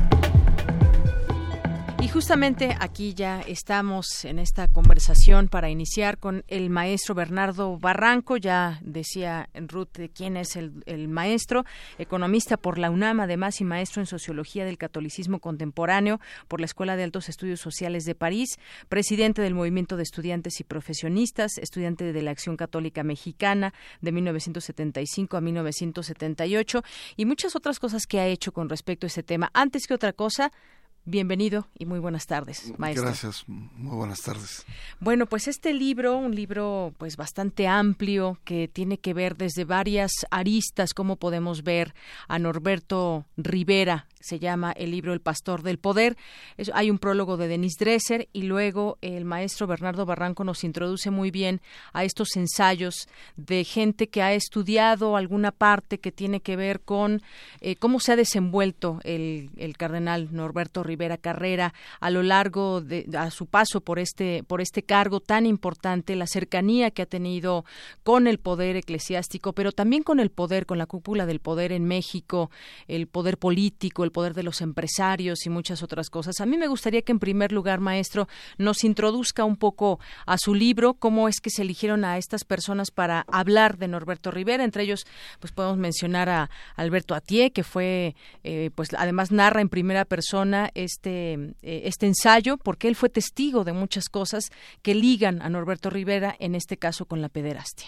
Y justamente aquí ya estamos en esta conversación para iniciar con el maestro Bernardo Barranco. Ya decía Ruth quién es el, el maestro, economista por la UNAM, además, y maestro en Sociología del Catolicismo Contemporáneo por la Escuela de Altos Estudios Sociales de París, presidente del Movimiento de Estudiantes y Profesionistas, estudiante de la Acción Católica Mexicana de mil novecientos setenta y cinco a mil novecientos setenta y ocho, y muchas otras cosas que ha hecho con respecto a este tema. Antes que otra cosa, bienvenido y muy buenas tardes, maestro. Gracias, muy buenas tardes. Bueno, pues este libro, un libro pues bastante amplio que tiene que ver desde varias aristas, cómo podemos ver a Norberto Rivera. Se llama el libro El Pastor del Poder. Es, hay un prólogo de Denise Dresser y luego el maestro Bernardo Barranco nos introduce muy bien a estos ensayos de gente que ha estudiado alguna parte que tiene que ver con eh, cómo se ha desenvuelto el, el cardenal Norberto Rivera Carrera a lo largo de a su paso por este por este cargo tan importante, la cercanía que ha tenido con el poder eclesiástico, pero también con el poder, con la cúpula del poder en México, el poder político, el poder de los empresarios y muchas otras cosas. A mí me gustaría que en primer lugar, maestro, nos introduzca un poco a su libro, cómo es que se eligieron a estas personas para hablar de Norberto Rivera. Entre ellos, pues podemos mencionar a Alberto Atié, que fue, eh, pues además narra en primera persona este, eh, este ensayo, porque él fue testigo de muchas cosas que ligan a Norberto Rivera, en este caso con la pederastia.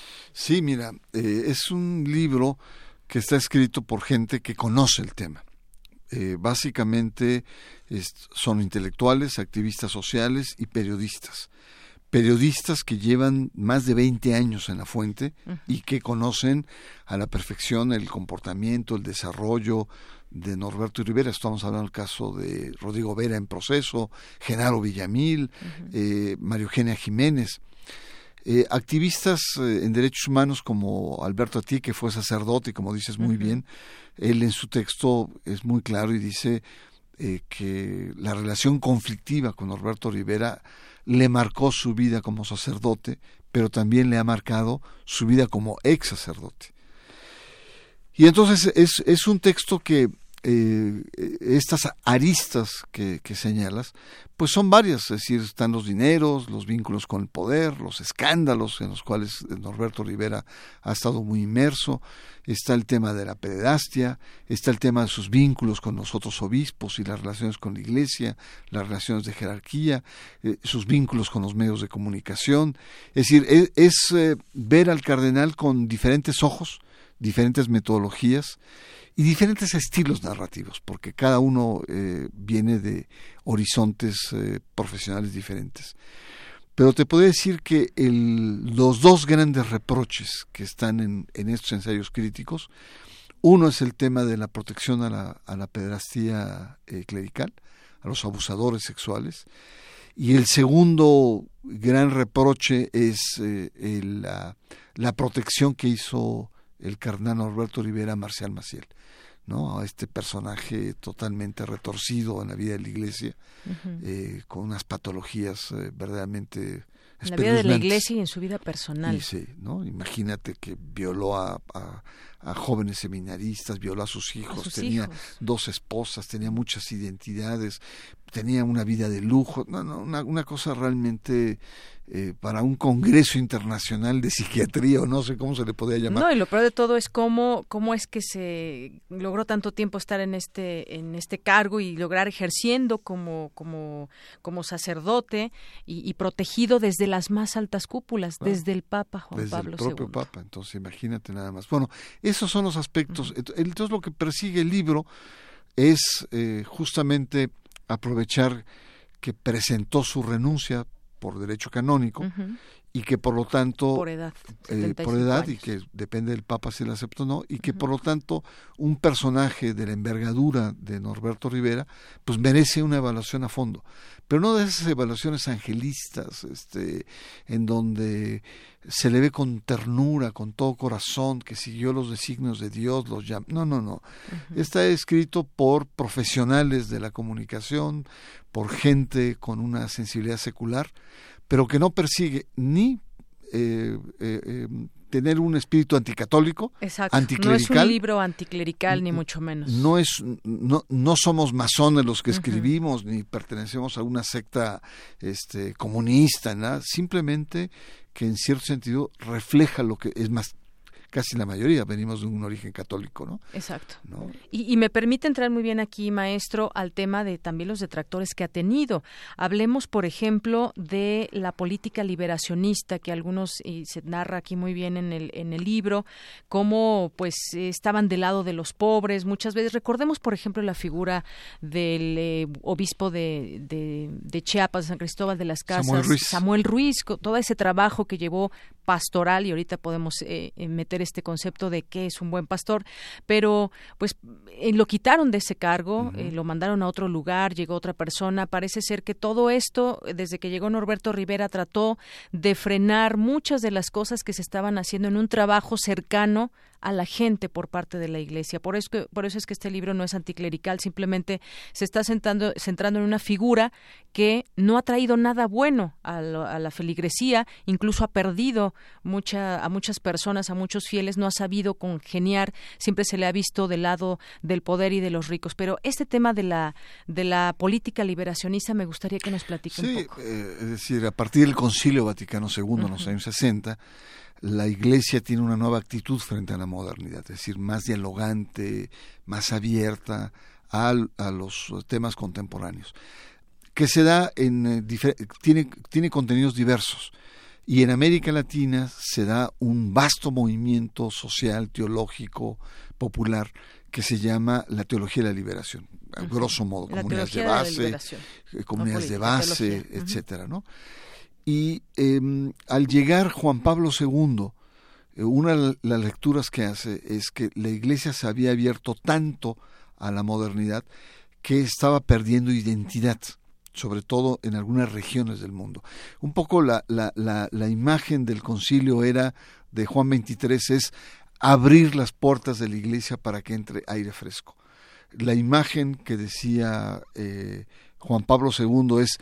Sí, mira, eh, es un libro que está escrito por gente que conoce el tema. Eh, básicamente es, son intelectuales, activistas sociales y periodistas. Periodistas que llevan más de veinte años en la fuente uh-huh. y que conocen a la perfección el comportamiento, el desarrollo de Norberto Rivera. Estamos hablando del caso de Rodrigo Vera en proceso, Genaro Villamil, uh-huh. eh, María Eugenia Jiménez. Eh, activistas eh, en derechos humanos como Alberto Atié, que fue sacerdote, y como dices muy uh-huh. bien, él en su texto es muy claro y dice eh, que la relación conflictiva con Norberto Rivera le marcó su vida como sacerdote, pero también le ha marcado su vida como ex sacerdote. Y entonces es, es un texto que eh, estas aristas que, que señalas, pues son varias, es decir, están los dineros, los vínculos con el poder, los escándalos en los cuales Norberto Rivera ha estado muy inmerso, está el tema de la pederastia, está el tema de sus vínculos con los otros obispos y las relaciones con la Iglesia, las relaciones de jerarquía, eh, sus vínculos con los medios de comunicación, es decir, es, es eh, ver al cardenal con diferentes ojos, diferentes metodologías y diferentes estilos narrativos, porque cada uno eh, viene de horizontes eh, profesionales diferentes. Pero te puedo decir que el, los dos grandes reproches que están en, en estos ensayos críticos, uno es el tema de la protección a la, a la pederastía eh, clerical, a los abusadores sexuales, y el segundo gran reproche es eh, el, la, la protección que hizo el cardenal Norberto Rivera Marcial Maciel, ¿no? A este personaje totalmente retorcido en la vida de la Iglesia, uh-huh. eh, con unas patologías eh, verdaderamente en la vida de la Iglesia y en su vida personal. Y sí, ¿no? Imagínate que violó a, a, a jóvenes seminaristas, violó a sus hijos, a sus tenía hijos. dos esposas, tenía muchas identidades, tenía una vida de lujo, no, no, una, una cosa realmente eh, para un congreso internacional de psiquiatría, o no sé cómo se le podría llamar. No, y lo peor de todo es cómo, cómo es que se logró tanto tiempo estar en este, en este cargo y lograr ejerciendo como, como, como sacerdote y, y protegido desde las más altas cúpulas, ah, desde el Papa Juan desde Pablo el propio segundo. Papa, entonces imagínate nada más. Bueno, esos son los aspectos. Uh-huh. Entonces lo que persigue el libro es eh, justamente aprovechar que presentó su renuncia por derecho canónico, uh-huh. y que por lo tanto por edad, eh, por edad y que depende del Papa si la acepta o no, y que uh-huh. por lo tanto un personaje de la envergadura de Norberto Rivera pues merece una evaluación a fondo, pero no de esas evaluaciones angelistas, este, en donde se le ve con ternura, con todo corazón, que siguió los designios de Dios, los llama. No, no, no. Uh-huh. Está escrito por profesionales de la comunicación, por gente con una sensibilidad secular, pero que no persigue ni eh, eh, eh, tener un espíritu anticatólico, exacto. anticlerical. No es un libro anticlerical, ni mucho menos. No es, no, no somos masones los que escribimos, uh-huh. ni pertenecemos a una secta este, comunista, nada. Simplemente que en cierto sentido refleja lo que es más. Casi la mayoría venimos de un origen católico, ¿no? Exacto. ¿No? Y, y me permite entrar muy bien aquí, maestro, al tema de también los detractores que ha tenido. Hablemos, por ejemplo, de la política liberacionista, que algunos, y se narra aquí muy bien en el en el libro, cómo pues estaban del lado de los pobres. Muchas veces, recordemos, por ejemplo, la figura del eh, obispo de, de, de Chiapas, San Cristóbal de las Casas, Samuel Ruiz, Samuel Ruiz, todo ese trabajo que llevó pastoral, y ahorita podemos eh, meter este concepto de qué es un buen pastor, pero pues eh, lo quitaron de ese cargo, uh-huh. eh, lo mandaron a otro lugar, llegó otra persona. Parece ser que todo esto, desde que llegó Norberto Rivera, trató de frenar muchas de las cosas que se estaban haciendo en un trabajo cercano a la gente por parte de la Iglesia. Por eso, que, por eso es que este libro no es anticlerical, simplemente se está sentando, centrando en una figura que no ha traído nada bueno a, lo, a la feligresía, incluso ha perdido mucha, a muchas personas, a muchos fieles, no ha sabido congeniar, siempre se le ha visto del lado del poder y de los ricos. Pero este tema de la, de la política liberacionista me gustaría que nos platique sí, un poco. Eh, es decir, a partir del Concilio Vaticano segundo, uh-huh. en los años sesenta, la Iglesia tiene una nueva actitud frente a la modernidad, es decir, más dialogante, más abierta a, a los temas contemporáneos, que se da en eh, difer- tiene tiene contenidos diversos, y en América Latina se da un vasto movimiento social, teológico, popular, que se llama la teología de la liberación, a uh-huh. grosso modo, la comunidades de base, de comunidades de base, uh-huh. etcétera, ¿no? Y eh, al llegar Juan Pablo segundo, eh, una de las lecturas que hace es que la Iglesia se había abierto tanto a la modernidad que estaba perdiendo identidad, sobre todo en algunas regiones del mundo. Un poco la, la, la, la imagen del concilio era de Juan veintitrés, es abrir las puertas de la Iglesia para que entre aire fresco. La imagen que decía eh, Juan Pablo segundo es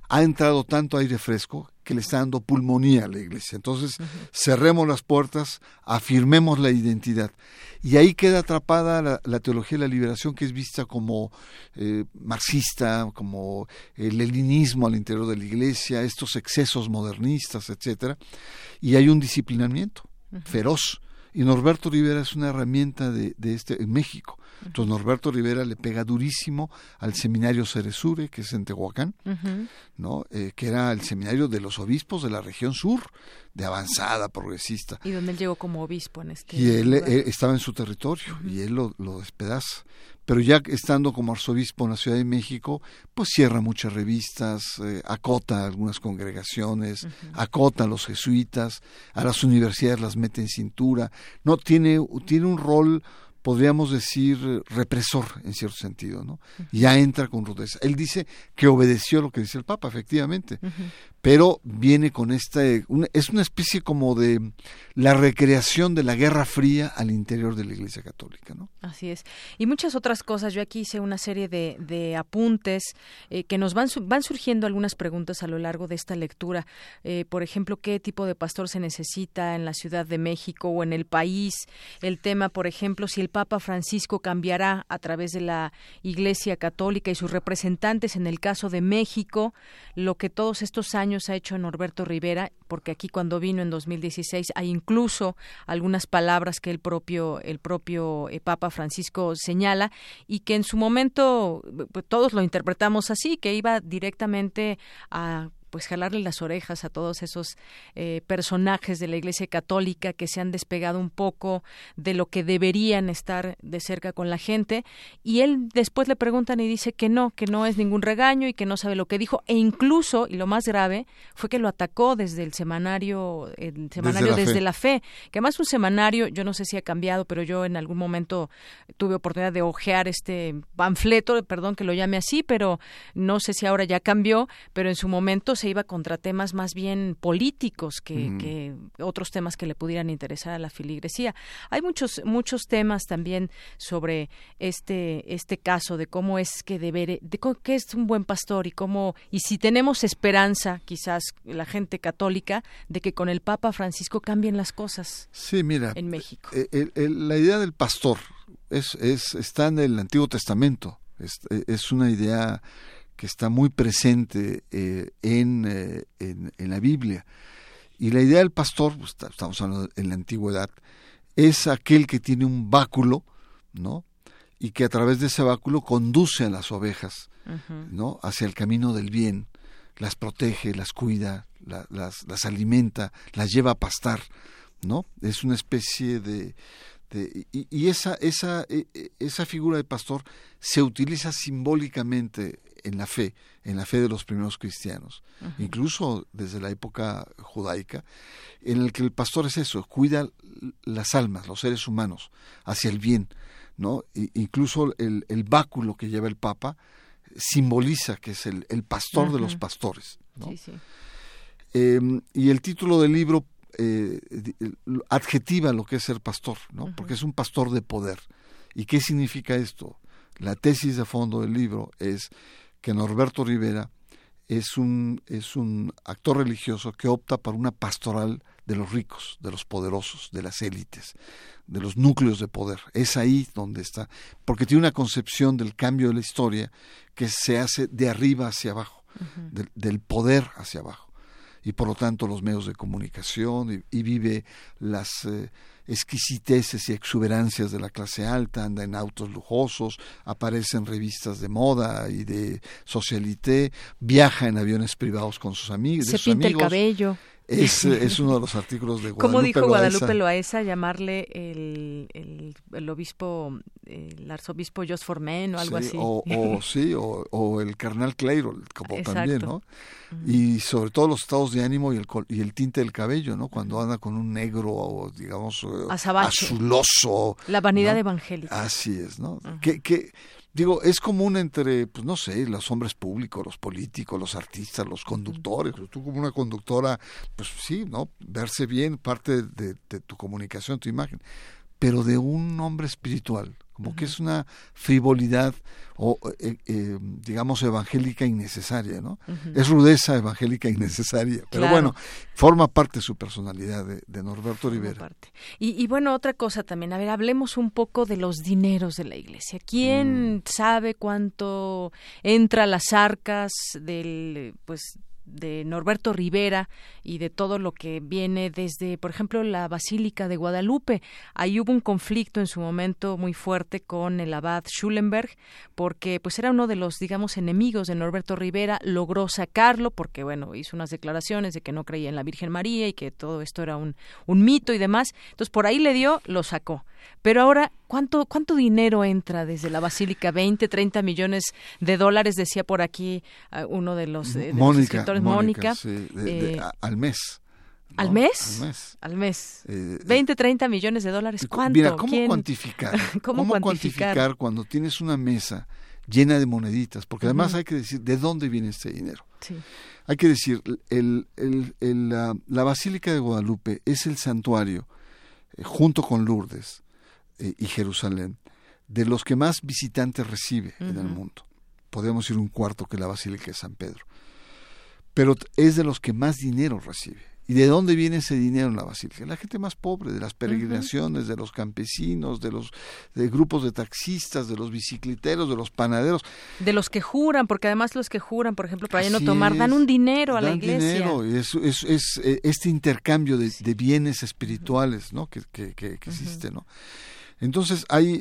ha entrado tanto aire fresco que le está dando pulmonía a la iglesia. Entonces, uh-huh. cerremos las puertas, afirmemos la identidad. Y ahí queda atrapada la, la teología de la liberación, que es vista como eh, marxista, como el leninismo al interior de la iglesia, estos excesos modernistas, etcétera. Y hay un disciplinamiento uh-huh. feroz. Y Norberto Rivera es una herramienta de, de este en México. Entonces Norberto Rivera le pega durísimo al seminario Ceresure, que es en Tehuacán, uh-huh. ¿no? Eh, que era el seminario de los obispos de la región sur, de avanzada progresista. Y donde él llegó como obispo en este Y él, él estaba en su territorio, uh-huh. y él lo, lo despedaza. Pero ya estando como arzobispo en la Ciudad de México, pues cierra muchas revistas, eh, acota algunas congregaciones, uh-huh. acota a los jesuitas, a las universidades las mete en cintura. No, tiene, tiene un rol, podríamos decir, represor en cierto sentido, ¿no? Uh-huh. Ya entra con rudeza. Él dice que obedeció lo que dice el Papa, efectivamente, uh-huh. pero viene con esta, una, es una especie como de la recreación de la Guerra Fría al interior de la Iglesia Católica, ¿no? Así es. Y muchas otras cosas. Yo aquí hice una serie de, de apuntes eh, que nos van, van surgiendo algunas preguntas a lo largo de esta lectura. Eh, por ejemplo, ¿qué tipo de pastor se necesita en la Ciudad de México o en el país? El tema, por ejemplo, si el Papa Francisco cambiará a través de la Iglesia Católica y sus representantes en el caso de México, lo que todos estos años ha hecho Norberto Rivera, porque aquí cuando vino en dos mil dieciséis hay incluso algunas palabras que el propio el propio eh, Papa Francisco señala y que en su momento pues, todos lo interpretamos así, que iba directamente a pues jalarle las orejas a todos esos eh, personajes de la Iglesia Católica que se han despegado un poco de lo que deberían estar de cerca con la gente, y él después le preguntan y dice que no, que no es ningún regaño y que no sabe lo que dijo, e incluso, y lo más grave, fue que lo atacó desde el semanario, el semanario Desde, desde la, fe. la Fe, que además un semanario, yo no sé si ha cambiado, pero yo en algún momento tuve oportunidad de hojear este panfleto, perdón que lo llame así, pero no sé si ahora ya cambió, pero en su momento se iba contra temas más bien políticos que, mm. que otros temas que le pudieran interesar a la feligresía. Hay muchos muchos temas también sobre este este caso de cómo es que deber, de qué es un buen pastor y cómo y si tenemos esperanza, quizás la gente católica, de que con el Papa Francisco cambien las cosas. Sí, mira, en México. El, el, la idea del pastor es es está en el Antiguo Testamento. Es, es una idea que está muy presente eh, en, eh, en, en la Biblia. Y la idea del pastor, pues, estamos hablando en la antigüedad, es aquel que tiene un báculo, ¿no? Y que a través de ese báculo conduce a las ovejas, uh-huh. ¿no? Hacia el camino del bien, las protege, las cuida, la, las, las alimenta, las lleva a pastar, ¿no? Es una especie de... de y, y esa, esa, esa figura de pastor se utiliza simbólicamente en la fe, en la fe de los primeros cristianos, uh-huh. incluso desde la época judaica, en el que el pastor es eso, cuida las almas, los seres humanos, hacia el bien, ¿no? E incluso el, el báculo que lleva el Papa simboliza que es el, el pastor uh-huh. de los pastores, ¿no? Sí, sí. Eh, y el título del libro eh, adjetiva lo que es ser pastor, ¿no? Uh-huh. Porque es un pastor de poder. ¿Y qué significa esto? La tesis de fondo del libro es que Norberto Rivera es un, es un actor religioso que opta por una pastoral de los ricos, de los poderosos, de las élites, de los núcleos de poder. Es ahí donde está, porque tiene una concepción del cambio de la historia que se hace de arriba hacia abajo, uh-huh. de, del poder hacia abajo. Y por lo tanto los medios de comunicación y, y vive las eh, exquisiteces y exuberancias de la clase alta, anda en autos lujosos, aparece en revistas de moda y de socialité, viaja en aviones privados con sus amigos. Se sus pinta amigos. el cabello. Es, es uno de los artículos de Guadalupe ¿Cómo dijo Loaesa. Guadalupe Loaesa? Llamarle el, el, el obispo, el arzobispo Jos Formen o algo sí, así. O, o sí, o, o el carnal Clairo, como Exacto. también, ¿no? Uh-huh. Y sobre todo los estados de ánimo y el, y el tinte del cabello, ¿no? Cuando anda con un negro, o, digamos, azabache, azuloso. La vanidad ¿no? evangélica. Así es, ¿no? Uh-huh. Que, que digo, es común entre, pues no sé, los hombres públicos, los políticos, los artistas, los conductores. Uh-huh. Tú como una conductora, pues sí, ¿no? Verse bien, parte de, de tu comunicación, tu imagen. Pero de un hombre espiritual, como uh-huh. que es una frivolidad o eh, eh, digamos evangélica innecesaria, ¿no? Uh-huh. Es rudeza evangélica innecesaria, pero claro. bueno, forma parte de su personalidad de, de Norberto Rivera. Y, y bueno, otra cosa también, a ver, hablemos un poco de los dineros de la Iglesia. ¿Quién mm. sabe cuánto entra a las arcas del, pues, de Norberto Rivera y de todo lo que viene desde, por ejemplo, la Basílica de Guadalupe? Ahí hubo un conflicto en su momento muy fuerte con el abad Schulenberg, porque pues era uno de los, digamos, enemigos de Norberto Rivera. Logró sacarlo porque, bueno, hizo unas declaraciones de que no creía en la Virgen María y que todo esto era un, un mito y demás. Entonces, por ahí le dio, lo sacó. Pero ahora, ¿cuánto cuánto dinero entra desde la Basílica? veinte, treinta millones de dólares, decía por aquí uh, uno de los, de, de Mónica, los escritores, Mónica. Mónica sí, de, de, eh, a, al mes. ¿no? ¿Al mes? Al mes. Al mes. Eh, veinte, treinta millones de dólares. ¿Cuánto? Mira, ¿cómo ¿Quién? cuantificar? ¿Cómo, ¿Cómo cuantificar? cuantificar cuando tienes una mesa llena de moneditas? Porque además uh-huh. hay que decir de dónde viene este dinero. Sí. Hay que decir, el, el, el, la, la Basílica de Guadalupe es el santuario, eh, junto con Lourdes eh, y Jerusalén, de los que más visitantes recibe uh-huh. en el mundo. Podemos ir un cuarto que la Basílica de San Pedro. Pero es de los que más dinero recibe. ¿Y de dónde viene ese dinero en la Basílica? La gente más pobre, de las peregrinaciones, uh-huh. de los campesinos, de los de grupos de taxistas, de los bicicleteros, de los panaderos. De los que juran, porque además los que juran, por ejemplo, para Así ya no tomar, es, dan un dinero a dan la iglesia. Dinero. Es, es, es, es este intercambio de, de bienes espirituales, ¿no? que, que, que, que existe, ¿no? Entonces, hay,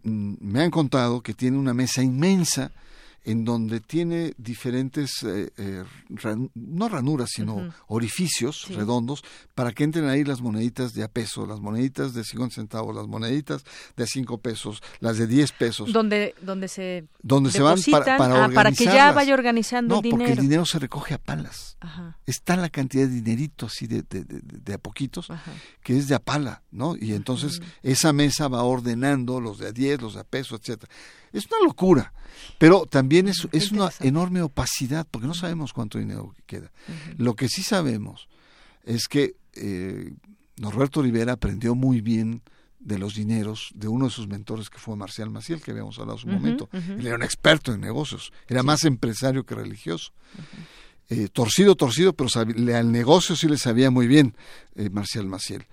me han contado que tiene una mesa inmensa en donde tiene diferentes, eh, eh, ran, no ranuras, sino uh-huh. orificios sí. redondos, para que entren ahí las moneditas de a peso, las moneditas de cincuenta centavos, las moneditas de cinco pesos, las de diez pesos. Donde, donde se donde se van para, para, ah, para que ya vaya organizando no, el dinero. No, porque el dinero se recoge a palas. Ajá. Está la cantidad de dinerito así de, de, de, de a poquitos, Ajá. que es de a pala, ¿no? Y entonces uh-huh. esa mesa va ordenando los de a diez, los de a peso, etcétera. Es una locura, pero también es, es una enorme opacidad, porque no sabemos cuánto dinero queda. Uh-huh. Lo que sí sabemos es que eh, Norberto Rivera aprendió muy bien de los dineros de uno de sus mentores, que fue Marcial Maciel, que habíamos hablado hace un uh-huh, momento. Uh-huh. Él era un experto en negocios, era sí. más empresario que religioso. Uh-huh. Eh, torcido, torcido, pero sabía, al negocio sí le sabía muy bien eh, Marcial Maciel.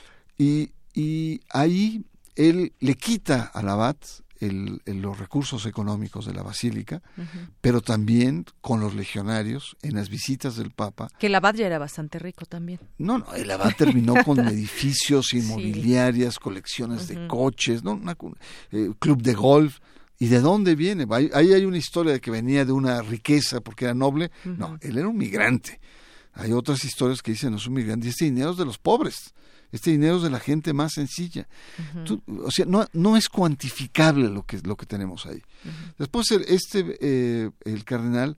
Y, y ahí él le quita al abad El, el, los recursos económicos de la basílica, uh-huh. pero también con los legionarios en las visitas del Papa. Que el abad ya era bastante rico también. No, no, el abad terminó con edificios inmobiliarias, sí. colecciones uh-huh. de coches, ¿no? Una, eh, club de golf. ¿Y de dónde viene? Ahí, ahí hay una historia de que venía de una riqueza porque era noble. Uh-huh. No, él era un migrante. Hay otras historias que dicen, no es un migrante, y este dinero es de los pobres. Este dinero es de la gente más sencilla. Uh-huh. Tú, o sea, no, no es cuantificable lo que, lo que tenemos ahí. Uh-huh. Después, el, este, eh, el cardenal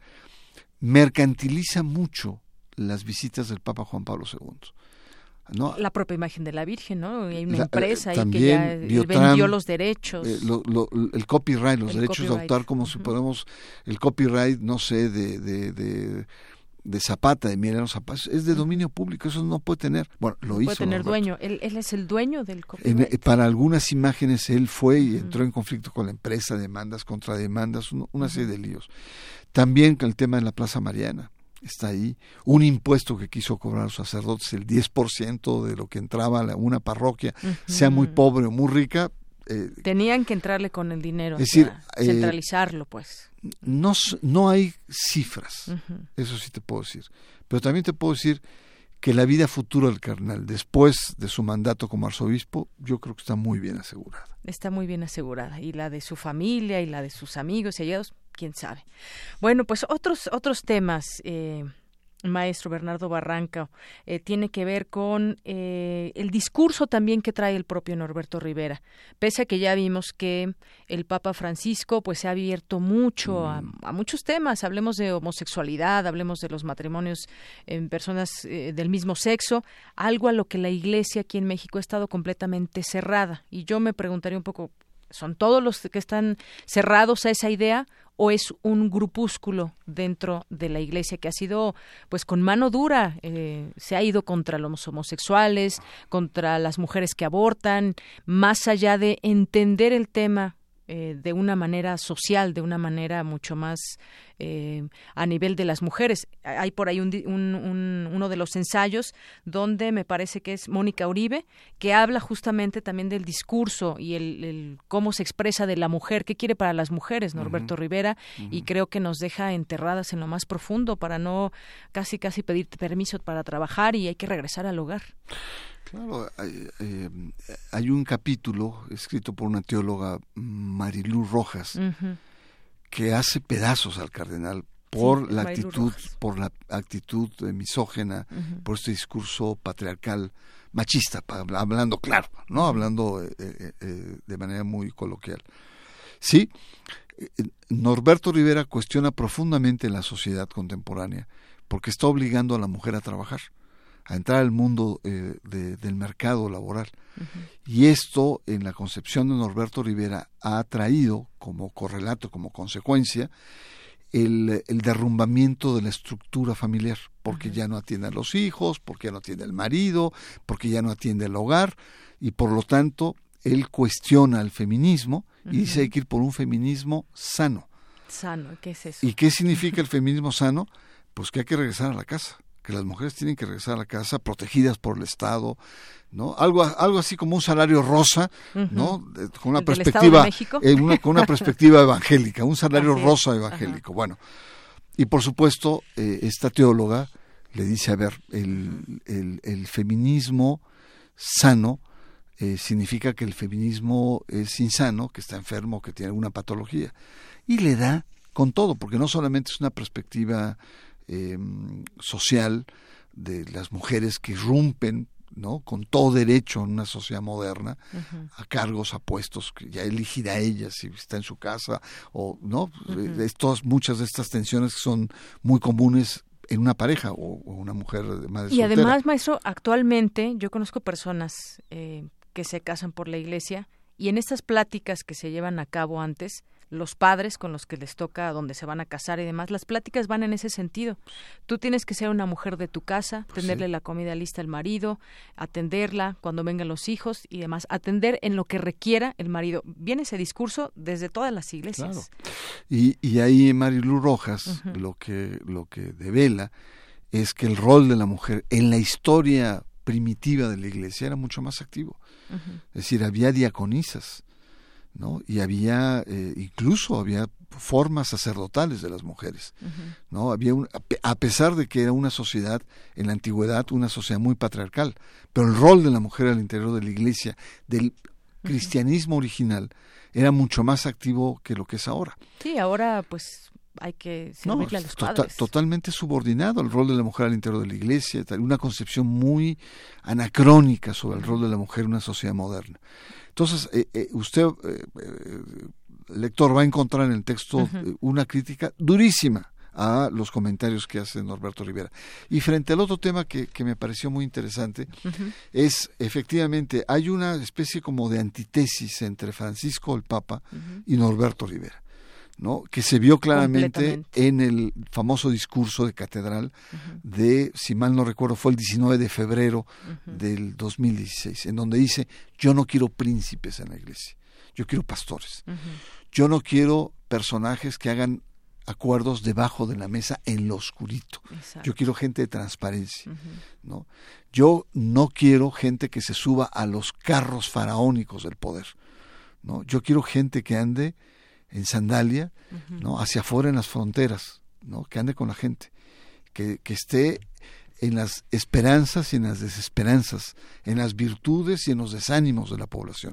mercantiliza mucho las visitas del Papa Juan Pablo segundo. ¿No? La propia imagen de la Virgen, ¿no? Hay una la, empresa eh, ahí que ya Biotram, vendió los derechos. Eh, lo, lo, el copyright, los el derechos copyright. de autor, como uh-huh. si podemos, el copyright, no sé, de... de, de de Zapata, de Emiliano Zapata, es de dominio público, eso no puede tener, bueno, lo no hizo. Puede tener Norberto. dueño, él, él es el dueño del copyright. En, para algunas imágenes él fue y entró uh-huh. en conflicto con la empresa, demandas, contrademandas, una uh-huh. serie de líos. También con el tema de la Plaza Mariana, está ahí, un impuesto que quiso cobrar a los sacerdotes, el diez por ciento de lo que entraba a una parroquia, uh-huh. sea muy pobre o muy rica. Eh, Tenían que entrarle con el dinero, es decir, eh, centralizarlo, pues. No, no hay cifras, uh-huh. eso sí te puedo decir. Pero también te puedo decir que la vida futura del cardenal, después de su mandato como arzobispo, yo creo que está muy bien asegurada. Está muy bien asegurada. Y la de su familia y la de sus amigos y allegados, quién sabe. Bueno, pues otros, otros temas... Eh, maestro Bernardo Barranca, eh, tiene que ver con eh, el discurso también que trae el propio Norberto Rivera. Pese a que ya vimos que el Papa Francisco pues se ha abierto mucho mm. a, a muchos temas, hablemos de homosexualidad, hablemos de los matrimonios en personas eh, del mismo sexo, algo a lo que la Iglesia aquí en México ha estado completamente cerrada. Y yo me preguntaría un poco, ¿Son todos los que están cerrados a esa idea o es un grupúsculo dentro de la Iglesia que ha sido, pues, con mano dura, eh, se ha ido contra los homosexuales, contra las mujeres que abortan, más allá de entender el tema eh, de una manera social, de una manera mucho más eh, a nivel de las mujeres? Hay por ahí un, un, un, uno de los ensayos donde me parece que es Mónica Uribe, que habla justamente también del discurso y el, el cómo se expresa de la mujer, qué quiere para las mujeres, Norberto uh-huh. Rivera, uh-huh. y creo que nos deja enterradas en lo más profundo para no casi casi pedir permiso para trabajar y hay que regresar al hogar. Claro, hay, eh, hay un capítulo escrito por una teóloga, Marilú Rojas, uh-huh. que hace pedazos al cardenal por sí, la Marilú actitud, Rojas. por la actitud misógena, uh-huh. por este discurso patriarcal, machista, hablando claro, no uh-huh. hablando eh, eh, de manera muy coloquial. Sí, Norberto Rivera cuestiona profundamente la sociedad contemporánea porque está obligando a la mujer a trabajar, a entrar al mundo eh, de, del mercado laboral. Uh-huh. Y esto, en la concepción de Norberto Rivera, ha traído como correlato, como consecuencia, el, el derrumbamiento de la estructura familiar, porque uh-huh. ya no atiende a los hijos, porque ya no atiende al marido, porque ya no atiende el hogar, y por lo tanto, él cuestiona el feminismo uh-huh. y dice hay que ir por un feminismo sano. Sano, ¿qué es eso? ¿Y qué significa el feminismo sano? Pues que hay que regresar a la casa, que las mujeres tienen que regresar a la casa protegidas por el Estado, ¿no? Algo algo así como un salario rosa, uh-huh. ¿no? Con una perspectiva eh, una, con una perspectiva evangélica, un salario así rosa es. evangélico. Uh-huh. Bueno, y por supuesto eh, esta teóloga le dice, a ver, el el, el feminismo sano eh, significa que el feminismo es insano, que está enfermo, que tiene alguna patología, y le da con todo, porque no solamente es una perspectiva Eh, social de las mujeres que irrumpen, ¿no? Con todo derecho en una sociedad moderna, uh-huh. a cargos, a puestos que ya elegirá ella si está en su casa o no. Uh-huh. Estos, muchas de estas tensiones que son muy comunes en una pareja o, o una mujer de madre y soltera. Además, maestro, actualmente yo conozco personas eh, que se casan por la Iglesia y en estas pláticas que se llevan a cabo antes, los padres con los que les toca, donde se van a casar y demás, las pláticas van en ese sentido. Tú tienes que ser una mujer de tu casa, pues tenerle sí. la comida lista al marido, atenderla cuando vengan los hijos y demás, atender en lo que requiera el marido. Viene ese discurso desde todas las iglesias. Claro. Y, y ahí Marilú Rojas uh-huh. lo que lo que devela es que el rol de la mujer en la historia primitiva de la iglesia era mucho más activo. Uh-huh. Es decir, había diaconisas, ¿no? Y había eh, incluso había formas sacerdotales de las mujeres, uh-huh. ¿no? Había un, a pesar de que era una sociedad en la antigüedad, una sociedad muy patriarcal, pero el rol de la mujer al interior de la iglesia, del cristianismo uh-huh. original, era mucho más activo que lo que es ahora. Sí, ahora pues hay que servirle no, a los tota, padres. Totalmente subordinado el rol de la mujer al interior de la iglesia, una concepción muy anacrónica sobre el rol de la mujer en una sociedad moderna. Entonces, eh, eh, usted, eh, eh, lector, va a encontrar en el texto uh-huh. eh, una crítica durísima a los comentarios que hace Norberto Rivera. Y frente al otro tema que, que me pareció muy interesante, uh-huh. es, efectivamente, hay una especie como de antítesis entre Francisco el Papa uh-huh. y Norberto Rivera, ¿no? Que se vio claramente en el famoso discurso de catedral uh-huh. de, si mal no recuerdo, fue el diecinueve de febrero uh-huh. del dos mil dieciséis, en donde dice, yo no quiero príncipes en la iglesia, yo quiero pastores, uh-huh. yo no quiero personajes que hagan acuerdos debajo de la mesa en lo oscurito. Exacto. Yo quiero gente de transparencia, uh-huh. ¿no? Yo no quiero gente que se suba a los carros faraónicos del poder, ¿no? Yo quiero gente que ande en sandalia, uh-huh. ¿no? Hacia afuera en las fronteras, ¿no? Que ande con la gente, que, que esté en las esperanzas y en las desesperanzas, en las virtudes y en los desánimos de la población.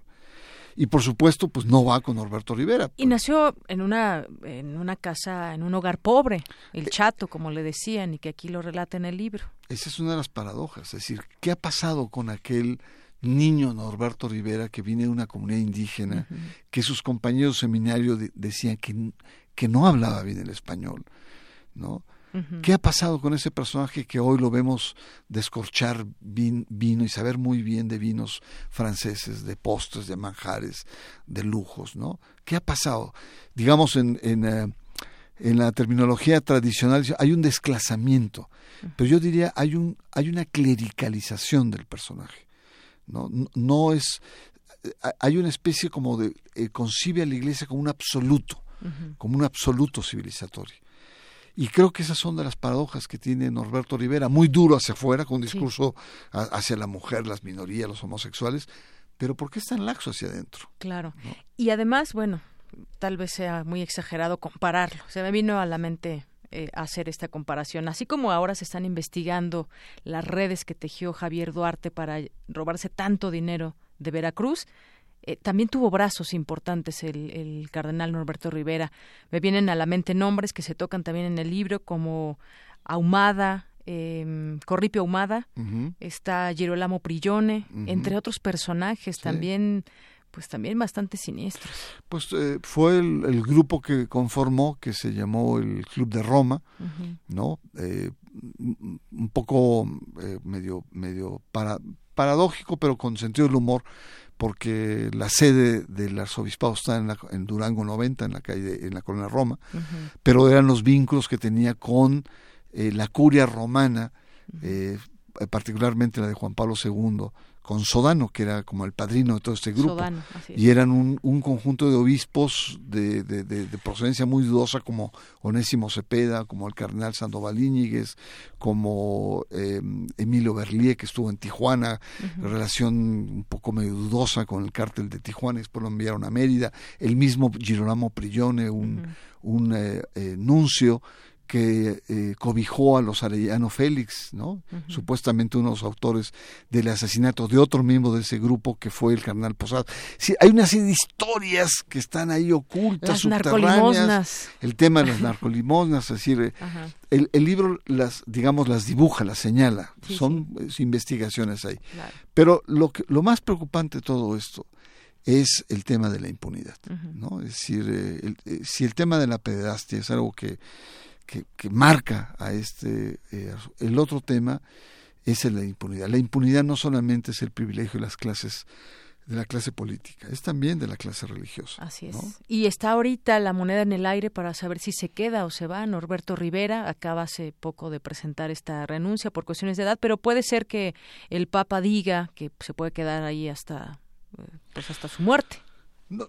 Y por supuesto, pues no va con Norberto Rivera. Y nació en una en una casa, en un hogar pobre, el chato, como le decían, y que aquí lo relata en el libro. Esa es una de las paradojas, es decir, ¿qué ha pasado con aquel niño Norberto Rivera que viene de una comunidad indígena, uh-huh. que sus compañeros de seminario de, decían que, que no hablaba bien el español, ¿no? Uh-huh. ¿Qué ha pasado con ese personaje que hoy lo vemos descorchar vin, vino y saber muy bien de vinos franceses, de postres, de manjares, de lujos, ¿no? ¿Qué ha pasado? Digamos, en, en, uh, en la terminología tradicional hay un desclasamiento, uh-huh. pero yo diría hay un hay una clericalización del personaje, ¿no? No, no es... Hay una especie como de... Eh, concibe a la Iglesia como un absoluto, uh-huh. como un absoluto civilizatorio. Y creo que esas son de las paradojas que tiene Norberto Rivera, muy duro hacia afuera, con un discurso sí. a, hacia la mujer, las minorías, los homosexuales, pero ¿por qué es tan laxo hacia adentro? Claro. ¿No? Y además, bueno, tal vez sea muy exagerado compararlo. Se me vino a la mente eh, hacer esta comparación. Así como ahora se están investigando las redes que tejió Javier Duarte para robarse tanto dinero de Veracruz, Eh, también tuvo brazos importantes el, el cardenal Norberto Rivera. Me vienen a la mente nombres que se tocan también en el libro, como Ahumada, eh, Corripio Ahumada, uh-huh. está Girolamo Prigione, uh-huh. entre otros personajes sí. también, pues también bastante siniestros. Pues eh, fue el, el grupo que conformó, que se llamó el Club de Roma, uh-huh. ¿no? Eh, un poco eh, medio, medio para, paradójico, pero con sentido del humor, porque la sede del arzobispado está en, la, en Durango noventa, en la calle, en la colonia Roma, uh-huh. pero eran los vínculos que tenía con eh, la curia romana, uh-huh. eh, particularmente la de Juan Pablo segundo, con Sodano, que era como el padrino de todo este grupo. Sodano, así es. Y eran un, un conjunto de obispos de, de, de, de procedencia muy dudosa, como Onésimo Cepeda, como el cardenal Sandoval Íñiguez, como eh, Emilio Berlier, que estuvo en Tijuana, uh-huh. relación un poco medio dudosa con el cártel de Tijuana, y después lo enviaron a Mérida, el mismo Girolamo Prigione, un, uh-huh. un eh, eh, nuncio, que eh, cobijó a los Arellano Félix, ¿no? Uh-huh. Supuestamente uno de los autores del asesinato de otro miembro de ese grupo, que fue el cardenal Posada. Sí, hay una serie de historias que están ahí ocultas, las subterráneas. El tema de las narcolimosnas, es decir, uh-huh. el, el libro las, digamos, las dibuja, las señala. Sí, son sí. investigaciones ahí. Claro. Pero lo que, lo más preocupante de todo esto es el tema de la impunidad, uh-huh. ¿no? Es decir, eh, el, eh, si el tema de la pederastia es algo que Que, que marca a este, eh, el otro tema es la impunidad. La impunidad no solamente es el privilegio de las clases, de la clase política, es también de la clase religiosa. Así es. ¿no? Y está ahorita la moneda en el aire para saber si se queda o se va. Norberto Rivera acaba hace poco de presentar esta renuncia por cuestiones de edad, pero puede ser que el Papa diga que se puede quedar ahí hasta, pues hasta su muerte. No,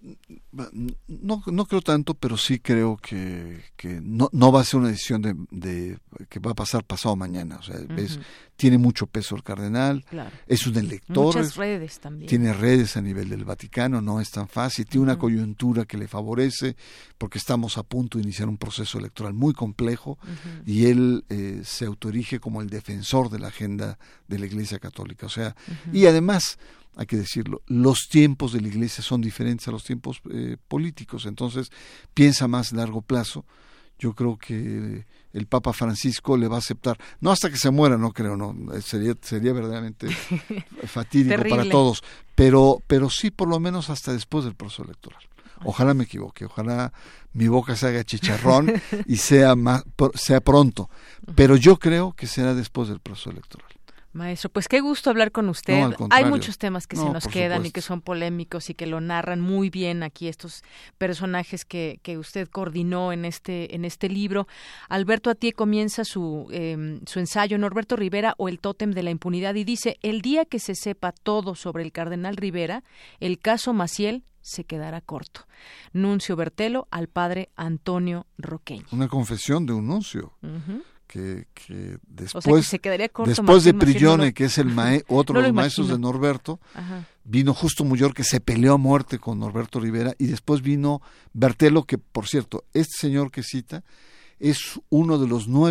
no, no creo tanto, pero sí creo que, que no, no va a ser una decisión de, de que va a pasar pasado mañana. O sea, uh-huh. es, tiene mucho peso el cardenal, claro. es un elector, muchas redes también. Tiene redes a nivel del Vaticano, no es tan fácil, tiene uh-huh. una coyuntura que le favorece, porque estamos a punto de iniciar un proceso electoral muy complejo, uh-huh. y él eh, se autoerige como el defensor de la agenda de la Iglesia Católica. O sea, uh-huh. y además, hay que decirlo, los tiempos de la Iglesia son diferentes a los tiempos eh, políticos, entonces piensa más a largo plazo. Yo creo que el Papa Francisco le va a aceptar, no hasta que se muera, no creo, no sería sería verdaderamente fatídico para todos, pero pero sí por lo menos hasta después del proceso electoral. Ojalá me equivoque, ojalá mi boca se haga chicharrón y sea más, sea pronto, pero yo creo que será después del proceso electoral. Maestro, pues qué gusto hablar con usted. No, hay muchos temas que no, se nos quedan supuesto. y que son polémicos y que lo narran muy bien aquí estos personajes que, que usted coordinó en este en este libro. Alberto Atié comienza su eh, su ensayo Norberto Rivera o el tótem de la impunidad y dice: el día que se sepa todo sobre el cardenal Rivera, el caso Maciel se quedará corto. Nuncio Bertelo al padre Antonio Roqueño. Una confesión de un nuncio. Uh-huh. Que, que después, o sea, que se quedaría corto, después Martín, de Prigione, no lo, que es el mae, otro no de los imagino. maestros de Norberto, Ajá. vino Justo Muyor, que se peleó a muerte con Norberto Rivera, y después vino Bertelo, que por cierto, este señor que cita es uno de los nueve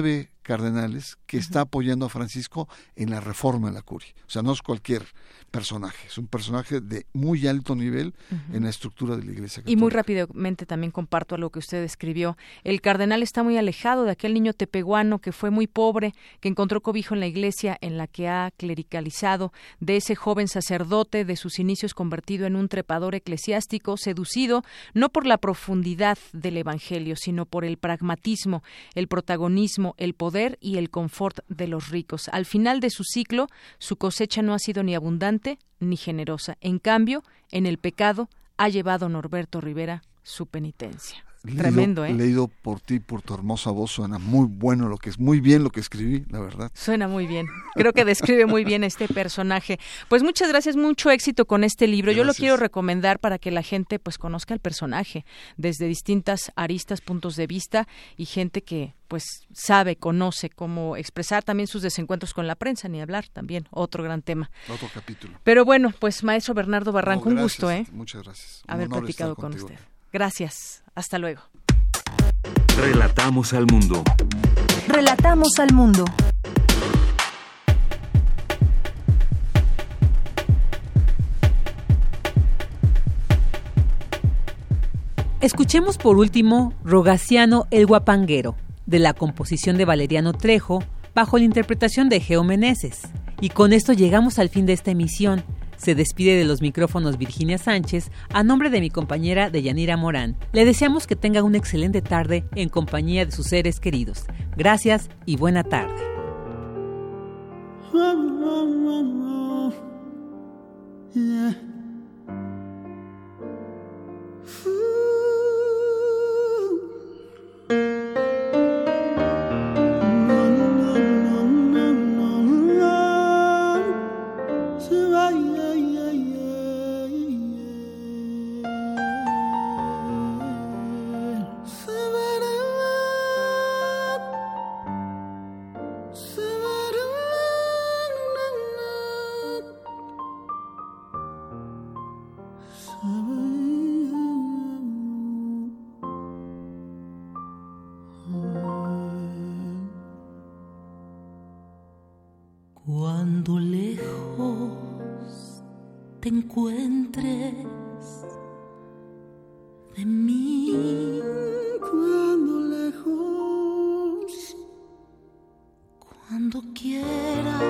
cardenales que está apoyando a Francisco en la reforma de la curia. O sea, no es cualquier personaje, es un personaje de muy alto nivel uh-huh. en la estructura de la Iglesia Católica. Y muy rápidamente también comparto algo que usted escribió. El cardenal está muy alejado de aquel niño tepehuano que fue muy pobre, que encontró cobijo en la Iglesia en la que ha clericalizado, de ese joven sacerdote de sus inicios convertido en un trepador eclesiástico, seducido no por la profundidad del Evangelio, sino por el pragmatismo, el protagonismo, el poder y el confort de los ricos. Al final de su ciclo, su cosecha no ha sido ni abundante ni generosa. En cambio, en el pecado ha llevado Norberto Rivera su penitencia. Leído, Tremendo, ¿eh? Leído por ti, por tu hermosa voz, suena muy bueno lo que es, muy bien lo que escribí, la verdad. Suena muy bien. Creo que describe muy bien este personaje. Pues muchas gracias, mucho éxito con este libro. Gracias. Yo lo quiero recomendar para que la gente pues conozca el personaje desde distintas aristas, puntos de vista y gente que pues sabe, conoce cómo expresar también sus desencuentros con la prensa, ni hablar también, otro gran tema. Otro capítulo. Pero bueno, pues maestro Bernardo Barranco, no, gracias, un gusto, ¿eh? Muchas gracias. Un haber platicado con usted. Gracias. Hasta luego. Relatamos al mundo. Relatamos al mundo. Escuchemos por último Rogaciano el Guapanguero, de la composición de Valeriano Trejo, bajo la interpretación de Geo Meneses. Y con esto llegamos al fin de esta emisión. Se despide de los micrófonos Virginia Sánchez a nombre de mi compañera Deyanira Morán. Le deseamos que tenga una excelente tarde en compañía de sus seres queridos. Gracias y buena tarde. Cuando lejos te encuentres de mí, cuando lejos, cuando quieras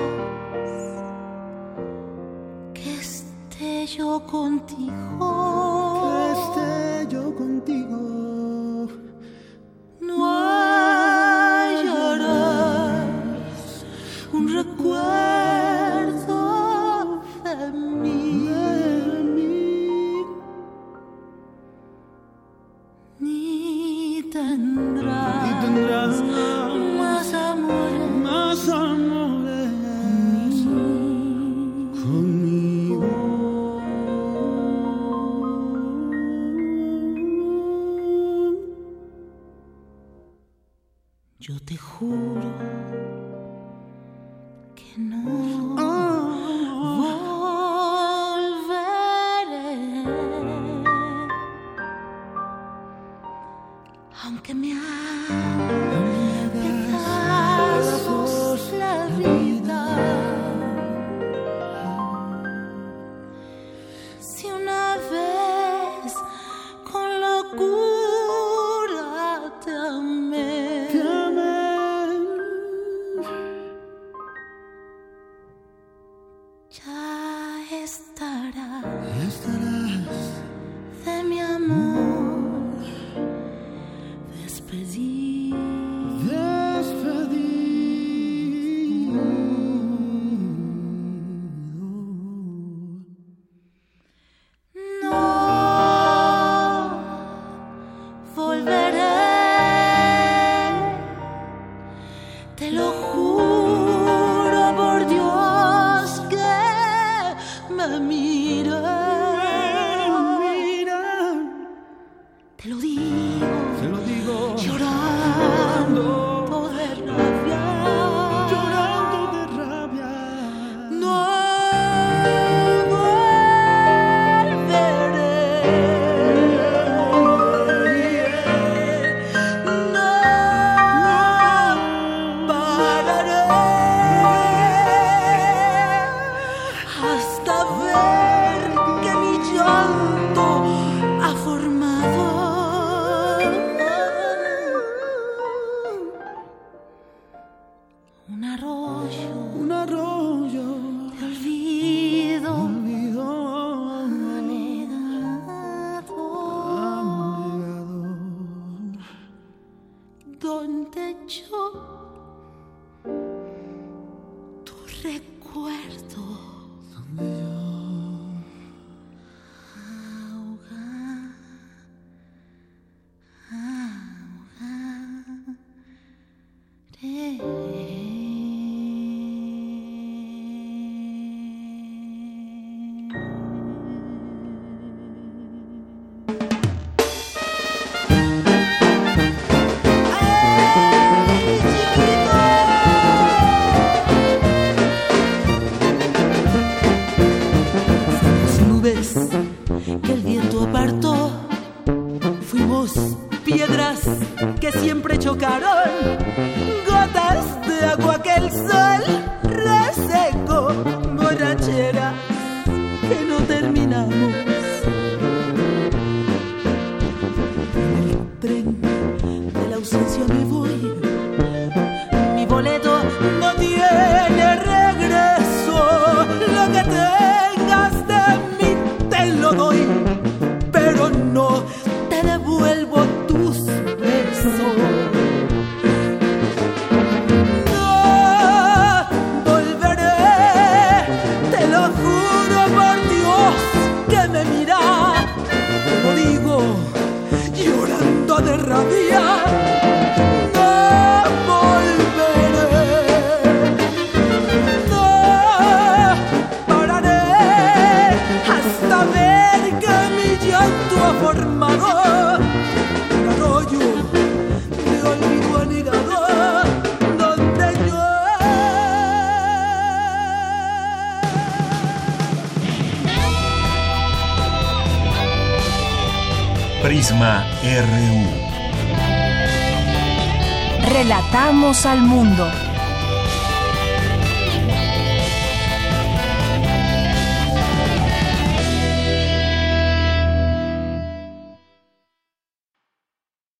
que esté yo contigo, que esté yo contigo, no hallarás un recuerdo de mí, de mí, ni tendrás, ni tendrás más amores, más amores conmigo. Yo te juro que no volveré, aunque me haga pedazos la vida. Si una vez con locura te amé, te amé, ya estarás, ya estarás de mi amor despedido, despedido. No volveré, te lo juro por Dios que me mira, te lo digo, te lo digo, llorando de rabia, llorando de rabia. No volveré, no puerto donde yo que el viento apartó, fuimos piedras que siempre chocaron, gotas de agua que el sol resecó, borracheras que no terminamos. En el tren de la ausencia me voy, mi boleto no tiene regreso, lo que tengas de mí te lo doy, pero no te devuelvo tus besos. No volveré, te lo juro por Dios que me mira, te lo digo llorando de rabia. Formado un arroyo de olvido anegado donde yo. Prisma R U. Relatamos al mundo.